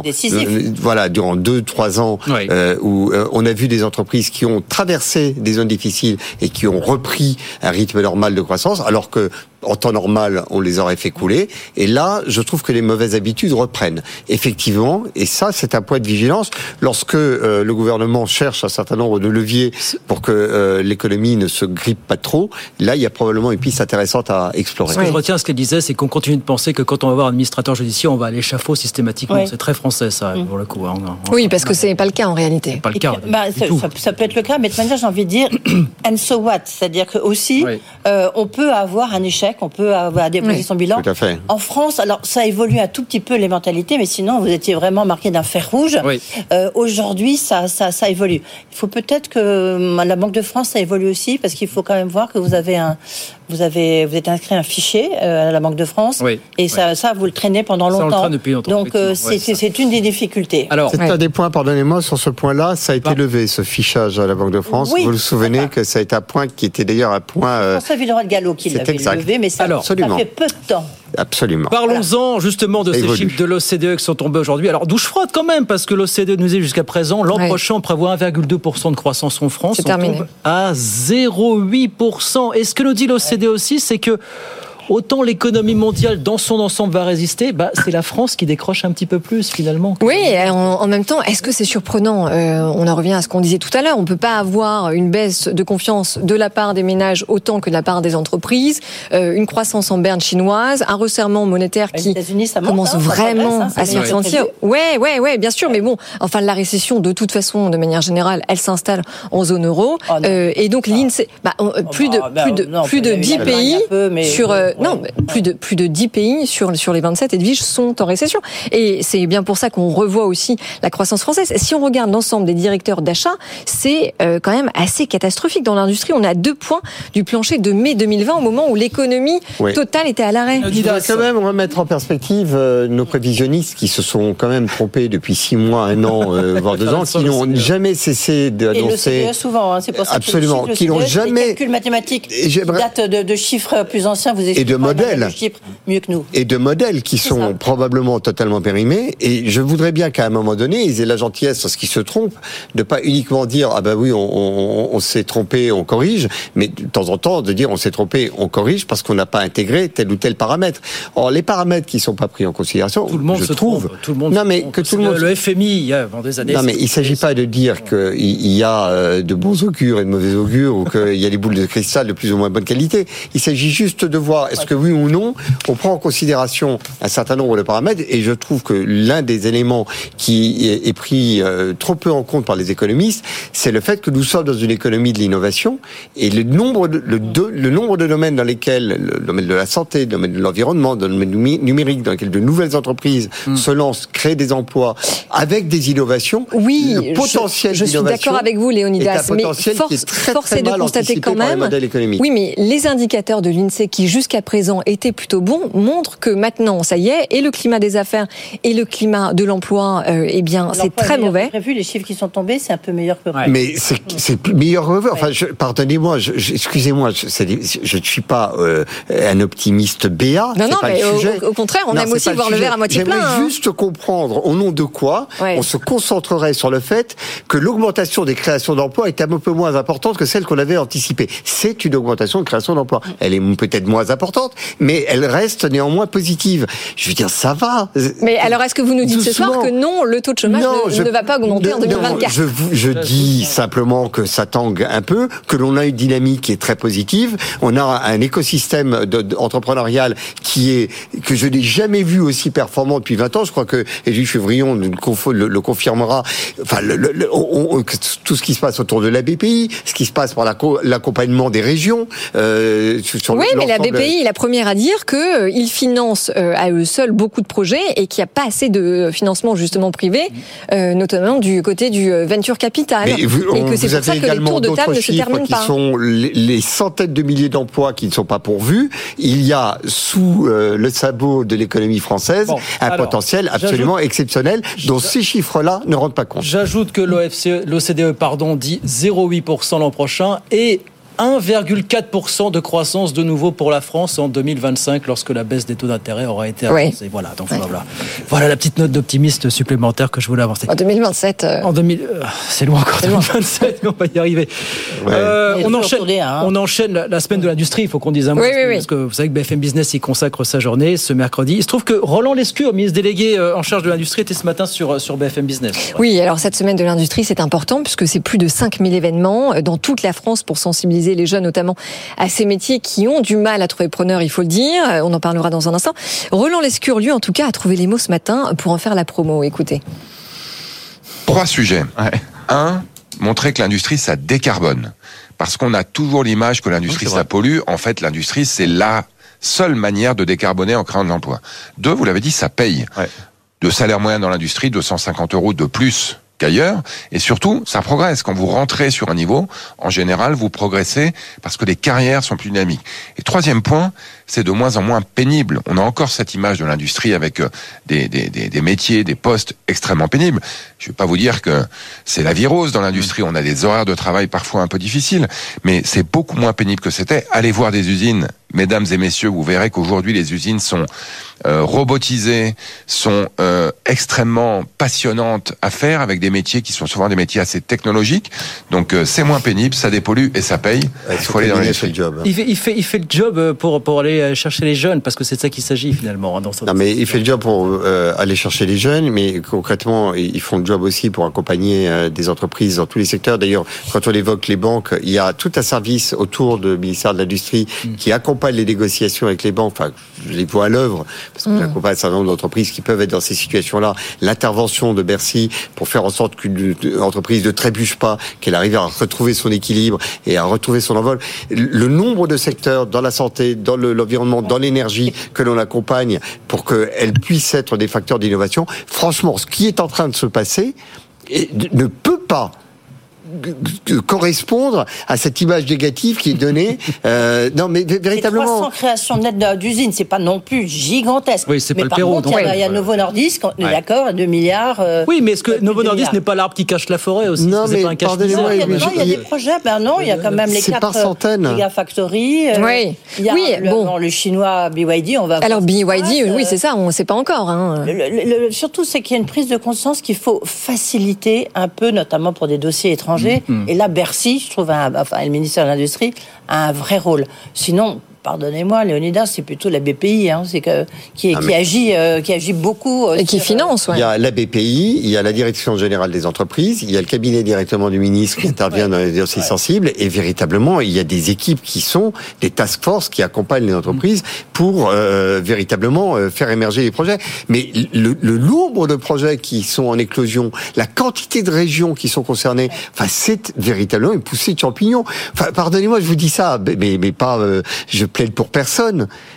2-3 ans où on a vu des entreprises qui ont traversé des zones difficiles et qui ont repris un rythme normal de croissance, alors que en temps normal, on les aurait fait couler. Et là, je trouve que les mauvaises habitudes reprennent. Effectivement, et ça, c'est un point de vigilance. Lorsque le gouvernement cherche un certain nombre de leviers pour que l'économie ne se grippe pas trop, là, il y a probablement une piste intéressante à explorer. Ce que je retiens, ce qu'elle disait, c'est qu'on continue de penser que quand on va voir un administrateur judiciaire, on va à l'échafaud systématiquement. C'est très français, ça, pour le coup. Oui, parce que c'est pas le cas en réalité. Pas le cas. Ça peut être le cas, mais de toute manière, j'ai envie de dire, and so what? C'est-à-dire que aussi, on peut avoir un échec, on peut avoir déposé son bilan. Tout à fait. En France, alors ça évolue un tout petit peu les mentalités, mais sinon vous étiez vraiment marqué d'un fer rouge. Aujourd'hui, ça évolue. Il faut peut-être que la Banque de France ça évolue aussi, parce qu'il faut quand même voir que vous êtes inscrit un fichier à la Banque de France, et ça vous le traînez pendant longtemps. Ça, on le traîne depuis longtemps. Donc c'est une des difficultés. Alors, c'est un des points, pardonnez-moi, sur ce point-là, ça a été levé, ce fichage à la Banque de France. Vous vous souvenez que ça a été un point qui était d'ailleurs un point... François Villeroy-de-Galhau qui l'avait levé, mais ça fait peu de temps. Absolument. Parlons-en justement de ces chiffres de l'OCDE qui sont tombés aujourd'hui. Alors, douche froide quand même, parce que l'OCDE nous dit jusqu'à présent, l'an prochain, on prévoit 1,2% de croissance en France. C'est terminé. Tombe à 0,8%. Et ce que nous dit l'OCDE aussi, c'est que autant l'économie mondiale dans son ensemble va résister, c'est la France qui décroche un petit peu plus finalement. Oui, en même temps, est-ce que c'est surprenant ? On en revient à ce qu'on disait tout à l'heure. On ne peut pas avoir une baisse de confiance de la part des ménages autant que de la part des entreprises, une croissance en berne chinoise, un resserrement monétaire qui commence vraiment à se ressentir. Ouais, bien sûr, mais bon, enfin la récession de toute façon, de manière générale, elle s'installe en zone euro, et donc l'INSEE, plus de 10 pays sur plus de 10 pays sur les 27 Edwige sont en récession. Et c'est bien pour ça qu'on revoit aussi la croissance française. Si on regarde l'ensemble des directeurs d'achat, c'est quand même assez catastrophique. Dans l'industrie, on est à 2 points du plancher de mai 2020, au moment où l'économie totale était à l'arrêt. Il faut quand même remettre en perspective nos prévisionnistes qui se sont quand même trompés depuis 6 mois, 1 an, voire 2 ans, qui n'ont jamais cessé d'annoncer... Et le CDE souvent, c'est pour ça absolument, qui n'ont jamais... Les calculs mathématiques qui datent de chiffres plus anciens, vous expliquez. Et de modèles. Mieux que nous. Et de modèles qui sont probablement totalement périmés. Et je voudrais bien qu'à un moment donné, ils aient la gentillesse, parce qu'ils se trompent, de pas uniquement dire on s'est trompé, on corrige, mais de temps en temps de dire on s'est trompé, on corrige parce qu'on n'a pas intégré tel ou tel paramètre. Or les paramètres qui sont pas pris en considération, tout le monde je trouve. Tout le monde. Non mais que tout le monde. Le FMI, il y a des années. Non mais il s'agit pas de dire qu'il y a de bons augures et de mauvais augures ou qu'il y a des boules de cristal de plus ou moins bonne qualité. Il s'agit juste de voir est-ce que oui ou non on prend en considération un certain nombre de paramètres, et je trouve que l'un des éléments qui est pris trop peu en compte par les économistes, c'est le fait que nous sommes dans une économie de l'innovation, et le nombre de domaines dans lesquels, le domaine de la santé, le domaine de l'environnement, le domaine numérique, dans lesquels de nouvelles entreprises se lancent, créent des emplois avec des innovations. Oui, le potentiel je suis d'accord avec vous, Léonidas, mais force est de constater quand même. Oui, mais les indicateurs de l'INSEE qui jusqu'à présent était plutôt bon, montre que maintenant, ça y est, et le climat des affaires et le climat de l'emploi, eh bien, c'est très mauvais. Prévu, les chiffres qui sont tombés, c'est un peu meilleur que prévu. Mais c'est meilleur que prévu. Enfin, pardonnez-moi, excusez-moi, je ne suis pas un optimiste béat. Non, pas mais le sujet. Au contraire, on aime aussi voir le verre à moitié plein. J'aimerais juste comprendre au nom de quoi on se concentrerait sur le fait que l'augmentation des créations d'emplois est un peu moins importante que celle qu'on avait anticipée. C'est une augmentation de création d'emplois. Elle est peut-être moins importante, mais elle reste néanmoins positive. Je veux dire, ça va. Mais alors, est-ce que vous nous dites ce soir que non, le taux de chômage ne va pas augmenter en 2024 Je dis simplement que ça tangue un peu, que l'on a une dynamique qui est très positive. On a un écosystème entrepreneurial que je n'ai jamais vu aussi performant depuis 20 ans. Je crois que Élie Chevrillon le confirmera. Enfin, tout ce qui se passe autour de la BPI, ce qui se passe par l'accompagnement des régions. Oui, mais la BPI est la première à dire qu'ils financent à eux seuls beaucoup de projets et qu'il n'y a pas assez de financement justement privé, notamment du côté du venture capital. Et que c'est pour ça que les tours de table ne se terminent pas. Qui sont les centaines de milliers d'emplois qui ne sont pas pourvus. Il y a sous le sabot de l'économie française un potentiel absolument exceptionnel dont ces chiffres-là ne rendent pas compte. J'ajoute que l'OCDE dit 0,8% l'an prochain et 1,4% de croissance de nouveau pour la France en 2025 lorsque la baisse des taux d'intérêt aura été annoncée. Voilà, donc voilà la petite note d'optimiste supplémentaire que je voulais avancer. En 2027. C'est loin encore 2027, on va y arriver. On enchaîne la semaine de l'industrie, il faut qu'on dise un mot. Parce que vous savez que BFM Business y consacre sa journée ce mercredi. Il se trouve que Roland Lescure, ministre délégué en charge de l'industrie, était ce matin sur BFM Business. Oui, alors cette semaine de l'industrie, c'est important puisque c'est plus de 5000 événements dans toute la France pour sensibiliser les jeunes notamment à ces métiers qui ont du mal à trouver preneur, il faut le dire. On en parlera dans un instant. Roland Lescure, lui, en tout cas, a trouvé les mots ce matin pour en faire la promo. Écoutez. 3 sujets. 1, montrer que l'industrie, ça décarbone. Parce qu'on a toujours l'image que l'industrie, ça pollue. En fait, l'industrie, c'est la seule manière de décarboner en créant de l'emploi. 2, vous l'avez dit, ça paye. De salaire moyen dans l'industrie, 250 € de plus qu'ailleurs, et surtout, ça progresse. Quand vous rentrez sur un niveau, en général, vous progressez parce que les carrières sont plus dynamiques. Et 3e point, c'est de moins en moins pénible. On a encore cette image de l'industrie avec des métiers, des postes extrêmement pénibles. Je ne vais pas vous dire que c'est la vie rose dans l'industrie. On a des horaires de travail parfois un peu difficiles, mais c'est beaucoup moins pénible que c'était. Allez voir des usines, mesdames et messieurs, vous verrez qu'aujourd'hui, les usines sont robotisées, sont extrêmement passionnantes à faire, avec des métiers qui sont souvent des métiers assez technologiques. Donc c'est moins pénible, ça dépollue et ça paye. Il faut aller dans l'industrie. Il fait le job pour aller chercher les jeunes, parce que c'est de ça qu'il s'agit finalement. Non, mais il fait le job pour aller chercher les jeunes, mais concrètement, ils font le job aussi pour accompagner des entreprises dans tous les secteurs. D'ailleurs, quand on évoque les banques, il y a tout un service autour du ministère de l'Industrie qui accompagne les négociations avec les banques. Enfin, je les vois à l'œuvre, parce que j'accompagne un certain nombre d'entreprises qui peuvent être dans ces situations-là. L'intervention de Bercy pour faire en sorte qu'une entreprise ne trébuche pas, qu'elle arrive à retrouver son équilibre et à retrouver son envol. Le nombre de secteurs dans la santé, dans l'environnement, dans l'énergie que l'on accompagne pour qu'elles puissent être des facteurs d'innovation, franchement, ce qui est en train de se passer ne peut pas correspondre à cette image négative qui est donnée. Non, mais véritablement. 300 créations nettes d'usines, c'est pas non plus gigantesque. Oui, c'est mais pas le Pérou. Contre, il y a Novo Nordisk, on est d'accord, 2 milliards. Oui, mais est-ce que Novo Nordisk n'est pas l'arbre qui cache la forêt aussi? Non, mais pas un pardonnez-moi. Il y a des projets, il y a quand même les 4 Gigafactory. Il y a le chinois BYD, on va. Alors BYD, oui, c'est ça, on ne sait pas encore. Surtout, c'est qu'il y a une prise de conscience qu'il faut faciliter un peu, notamment pour des dossiers étrangers. Et là, Bercy, je trouve, le ministère de l'Industrie a un vrai rôle. Sinon, pardonnez-moi, Léonidas, c'est plutôt la BPI, qui agit beaucoup. Et qui finance, Il y a la BPI, il y a la Direction Générale des Entreprises, il y a le cabinet directement du ministre qui intervient dans les dossiers sensibles, et véritablement, il y a des équipes qui sont des task force qui accompagnent les entreprises pour véritablement faire émerger les projets. Mais le nombre de projets qui sont en éclosion, la quantité de régions qui sont concernées, c'est véritablement une poussée de champignons. Pardonnez-moi, je vous dis ça, mais pas, je plaide pour personne.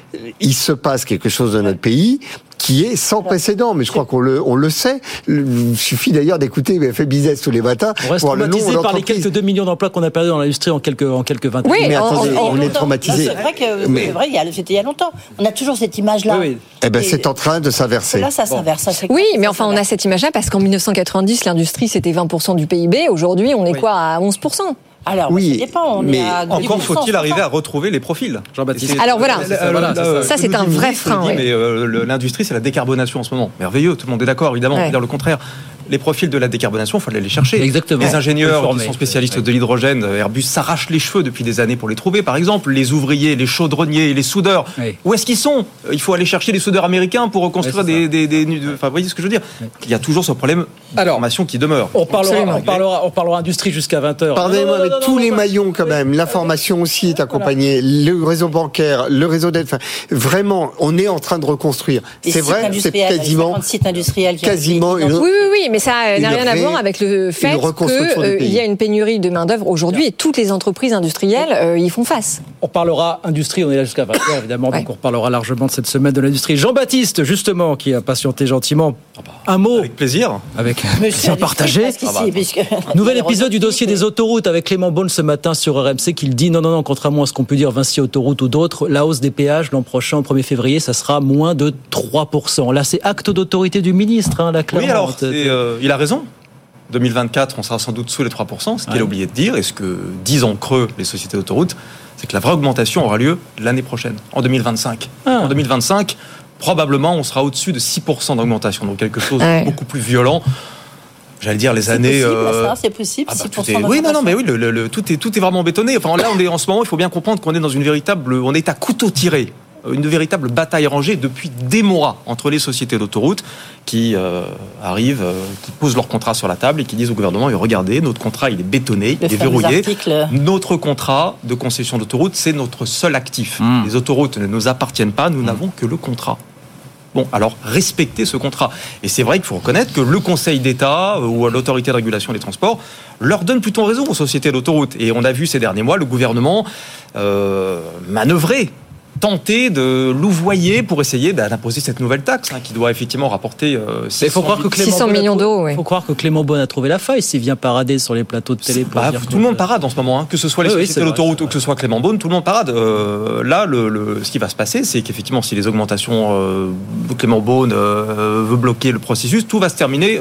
il se passe quelque chose dans notre pays qui est sans précédent, mais je crois qu'on le sait. Il suffit d'ailleurs d'écouter BFM Business tous les matins. On reste traumatisé par les quelques 2 millions d'emplois qu'on a perdus dans l'industrie en quelques 20 ans. Oui, mais attendez, on est traumatisé. C'est vrai que c'était il y a longtemps. On a toujours cette image-là. Oui. Eh ben, c'est en train de s'inverser. Là, ça s'inverse. Oui, mais enfin, on a cette image-là parce qu'en 1990, l'industrie, c'était 20% du PIB. Aujourd'hui, on est quoi, à 11%? Alors, oui, ça dépend. Mais encore faut-il arriver à retrouver les profils. Jean-Baptiste. Alors voilà, ça c'est un vrai frein. Mais l'industrie, c'est la décarbonation en ce moment. Merveilleux, tout le monde est d'accord, évidemment. On peut dire le contraire. Les profils de la décarbonation, il faut aller les chercher. Exactement. Les ingénieurs qui sont spécialistes de l'hydrogène, Airbus s'arrachent les cheveux depuis des années pour les trouver, par exemple. Les ouvriers, les chaudronniers, les soudeurs. Où est-ce qu'ils sont? Il faut aller chercher des soudeurs américains pour reconstruire Enfin, vous voyez ce que je veux dire? Il y a toujours ce problème de formation qui demeure. On parlera industrie jusqu'à 20h. Pardonnez-moi, mais tous les maillons quand même. L'information aussi est accompagnée. Le réseau bancaire, le réseau d'aide. Enfin, vraiment, on est en train de reconstruire. C'est vrai, c'est quasiment... Quasiment... Oui, mais ça n'a rien à voir avec le fait qu'il y a une pénurie de main-d'œuvre aujourd'hui et toutes les entreprises industrielles y font face. On parlera industrie, on est là jusqu'à 20h évidemment, donc on reparlera largement de cette semaine de l'industrie. Jean-Baptiste, justement, qui a patienté gentiment. Un mot. Avec plaisir. Avec plaisir partagé. Nouvel épisode du dossier des autoroutes avec Clément Beaune ce matin sur RMC qui dit non, contrairement à ce qu'on peut dire Vinci Autoroute ou d'autres, la hausse des péages l'an prochain, au 1er février, ça sera moins de 3%. Là, c'est acte d'autorité du ministre, là, clairement. Oui, alors, il a raison. 2024, on sera sans doute sous les 3%, ce qu'il a oublié de dire, et ce que disent en creux les sociétés d'autoroutes, c'est que la vraie augmentation aura lieu l'année prochaine, en 2025. En 2025, probablement, on sera au-dessus de 6% d'augmentation, donc quelque chose de beaucoup plus violent. J'allais dire les années. C'est possible. 6% oui, mais oui, tout est vraiment bétonné. Enfin, là, on est en ce moment. Il faut bien comprendre qu'on est dans on est à couteau tiré. Une véritable bataille rangée depuis des mois entre les sociétés d'autoroutes qui arrivent, qui posent leur contrat sur la table et qui disent au gouvernement, regardez, notre contrat il est bétonné, il est verrouillé. Notre contrat de concession d'autoroute, c'est notre seul actif. Les autoroutes ne nous appartiennent pas, nous n'avons que le contrat. Bon, alors respectez ce contrat. Et c'est vrai qu'il faut reconnaître que le Conseil d'État ou l'autorité de régulation des transports leur donne plutôt raison aux sociétés d'autoroutes. Et on a vu ces derniers mois le gouvernement manœuvrer, tenter de louvoyer pour essayer d'imposer cette nouvelle taxe qui doit effectivement rapporter 600 millions d'euros. Il faut croire que Clément Beaune a trouvé la faille s'il vient parader sur les plateaux de télé. Tout le monde parade en ce moment, que ce soit les sociétés d'autoroute ou que ce soit Clément Beaune, tout le monde parade. Là, ce qui va se passer, c'est qu'effectivement, si les augmentations Clément Beaune veut bloquer le processus, tout va se terminer.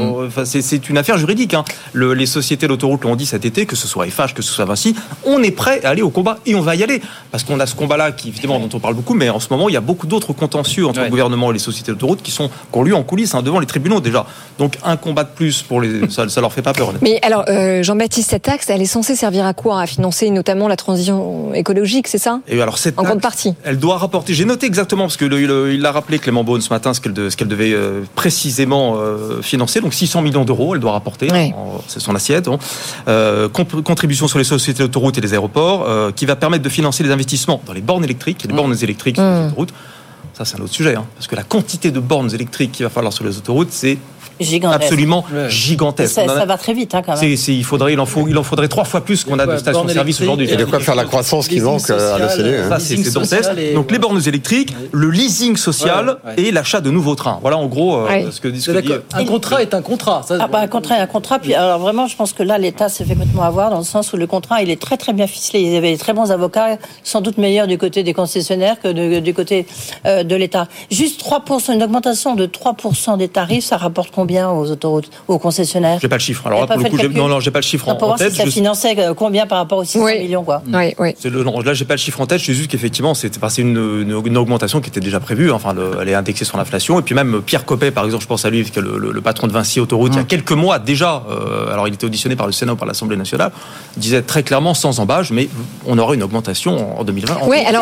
C'est une affaire juridique. Les sociétés d'autoroute l'ont dit cet été, que ce soit FH, que ce soit Vinci, on est prêt à aller au combat et on va y aller parce qu'on a ce combat-là qui dont on parle beaucoup, mais en ce moment, il y a beaucoup d'autres contentieux entre le gouvernement et les sociétés d'autoroutes qui ont lieu en coulisses, devant les tribunaux déjà. Donc, un combat de plus pour ça leur fait pas peur. Mais alors, Jean-Baptiste, cette taxe, elle est censée servir à quoi? À financer notamment la transition écologique, c'est ça? Et alors, cette taxe, en grande partie. Elle doit rapporter, j'ai noté exactement, parce qu'il l'a rappelé Clément Beaune ce matin, ce qu'elle devait précisément financer. Donc, 600 millions d'euros, elle doit rapporter. C'est son assiette. Contribution sur les sociétés d'autoroutes et les aéroports, qui va permettre de financer les investissements dans les bornes électriques. Les bornes électriques sur les autoroutes, ça c'est un autre sujet, parce que la quantité de bornes électriques qu'il va falloir sur les autoroutes, c'est absolument gigantesque. Ça va très vite, quand même. Il en faudrait 3 fois plus qu'on a de stations-service aujourd'hui. Et de quoi faire la croissance qui manque à l'OCDE. Ça, c'est dantesque. Donc les bornes électriques, le leasing social et l'achat de nouveaux trains. Voilà en gros ce que dit. Un contrat est un contrat. Un contrat est un contrat. Puis alors vraiment, je pense que là, l'État s'est fait complètement avoir dans le sens où le contrat, il est très très bien ficelé. Il y avait des très bons avocats, sans doute meilleurs du côté des concessionnaires que du côté de l'État. Juste 3%, une augmentation de 3% des tarifs, ça rapporte combien aux autoroutes, aux concessionnaires? J'ai pas le chiffre. Alors là, pour le coup, j'ai pas le chiffre en tête. Si ça finançait combien par rapport aux 600 millions, quoi. Là, j'ai pas le chiffre en tête. Je sais juste qu'effectivement, c'est une augmentation qui était déjà prévue. Enfin, elle est indexée sur l'inflation. Et puis même Pierre Coppet, par exemple, je pense à lui, qui est le patron de Vinci Autoroute, il y a quelques mois déjà. Alors, il était auditionné par le Sénat ou par l'Assemblée nationale. Il disait très clairement, sans embâche, mais on aura une augmentation en 2020. Oui, alors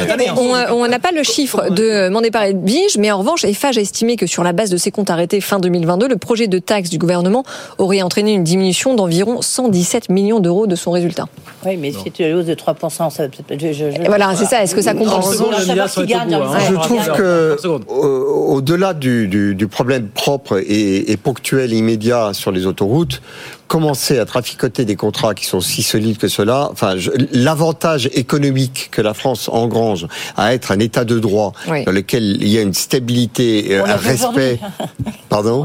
on n'a pas le chiffre demandé par Edwige, mais en revanche, Eiffage a estimé que sur la base de ses comptes arrêtés fin 2022, le projet de taxe du gouvernement aurait entraîné une diminution d'environ 117 millions d'euros de son résultat. Oui, mais si tu as une hausse de 3%, ça peut-être... Voilà, c'est ça. Est-ce que ça compense? Je trouve que, au-delà du problème propre et ponctuel immédiat sur les autoroutes, commencer à traficoter des contrats qui sont si solides que cela, l'avantage économique que la France engrange à être un État de droit dans lequel il y a une stabilité, un respect. Pardon ?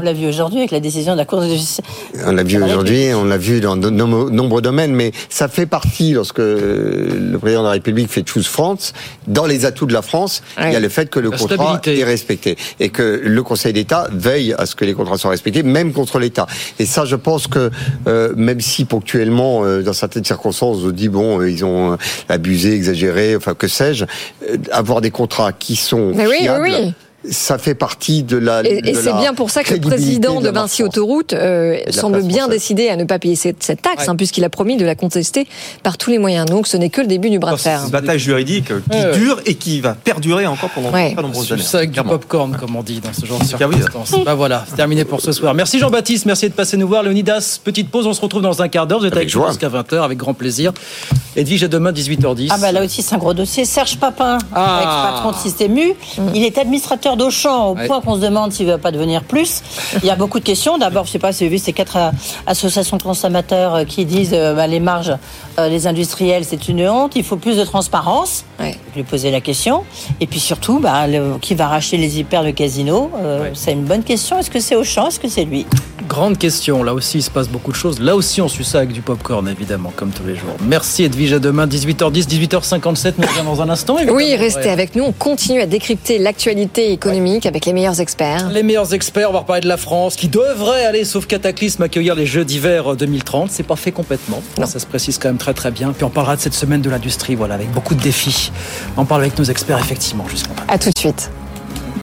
On l'a vu aujourd'hui avec la décision de la Cour de justice. On l'a vu aujourd'hui, on l'a vu dans de nombreux domaines, mais ça fait partie, lorsque le président de la République fait Choose France, dans les atouts de la France, il y a le fait que le contrat est respecté et que le Conseil d'État veille à ce que les contrats soient respectés, même contre l'État. Et ça, je pense que même si ponctuellement, dans certaines circonstances, on dit ils ont abusé, exagéré, que sais-je, avoir des contrats qui sont fiables. Ça fait partie de la. Et c'est bien pour ça que le président de Vinci Autoroutes semble bien décidé à ne pas payer cette taxe, puisqu'il a promis de la contester par tous les moyens. Donc ce n'est que le début du bras de fer. C'est une bataille juridique qui dure et qui va perdurer encore pendant pas nombreuses années. C'est avec du popcorn, comme on dit dans ce genre de circonstances. Voilà, c'est terminé pour ce soir. Merci Jean-Baptiste, merci de passer nous voir. Léonidas, petite pause, on se retrouve dans un quart d'heure. Vous êtes avec nous jusqu'à 20h, avec grand plaisir. Edwige, à demain, 18h10. Là aussi, c'est un gros dossier. Serge Papin, ex-patron de Système U, il est administrateur d'Auchan, au point qu'on se demande s'il ne va pas devenir plus. Il y a beaucoup de questions. D'abord, je ne sais pas si vous avez vu ces 4 associations de consommateurs qui disent les marges, les industriels, c'est une honte. Il faut plus de transparence. Je vais lui poser la question. Et puis surtout, qui va racheter les hyper de casino C'est une bonne question. Est-ce que c'est Auchan ? Est-ce que c'est lui ? Grande question. Là aussi, il se passe beaucoup de choses. Là aussi, on suit ça avec du popcorn, évidemment, comme tous les jours. Merci Edwige, à demain, 18h10, 18h57. Nous reviendrons dans un instant. Évidemment. Oui, restez avec nous. On continue à décrypter l'actualité économique avec les meilleurs experts. Les meilleurs experts, on va reparler de la France, qui devrait aller, sauf cataclysme, accueillir les Jeux d'hiver 2030. C'est pas fait complètement. Non. Ça se précise quand même très très bien. Puis on parlera de cette semaine de l'industrie, avec beaucoup de défis. On parle avec nos experts, effectivement, jusqu'en. À tout de suite.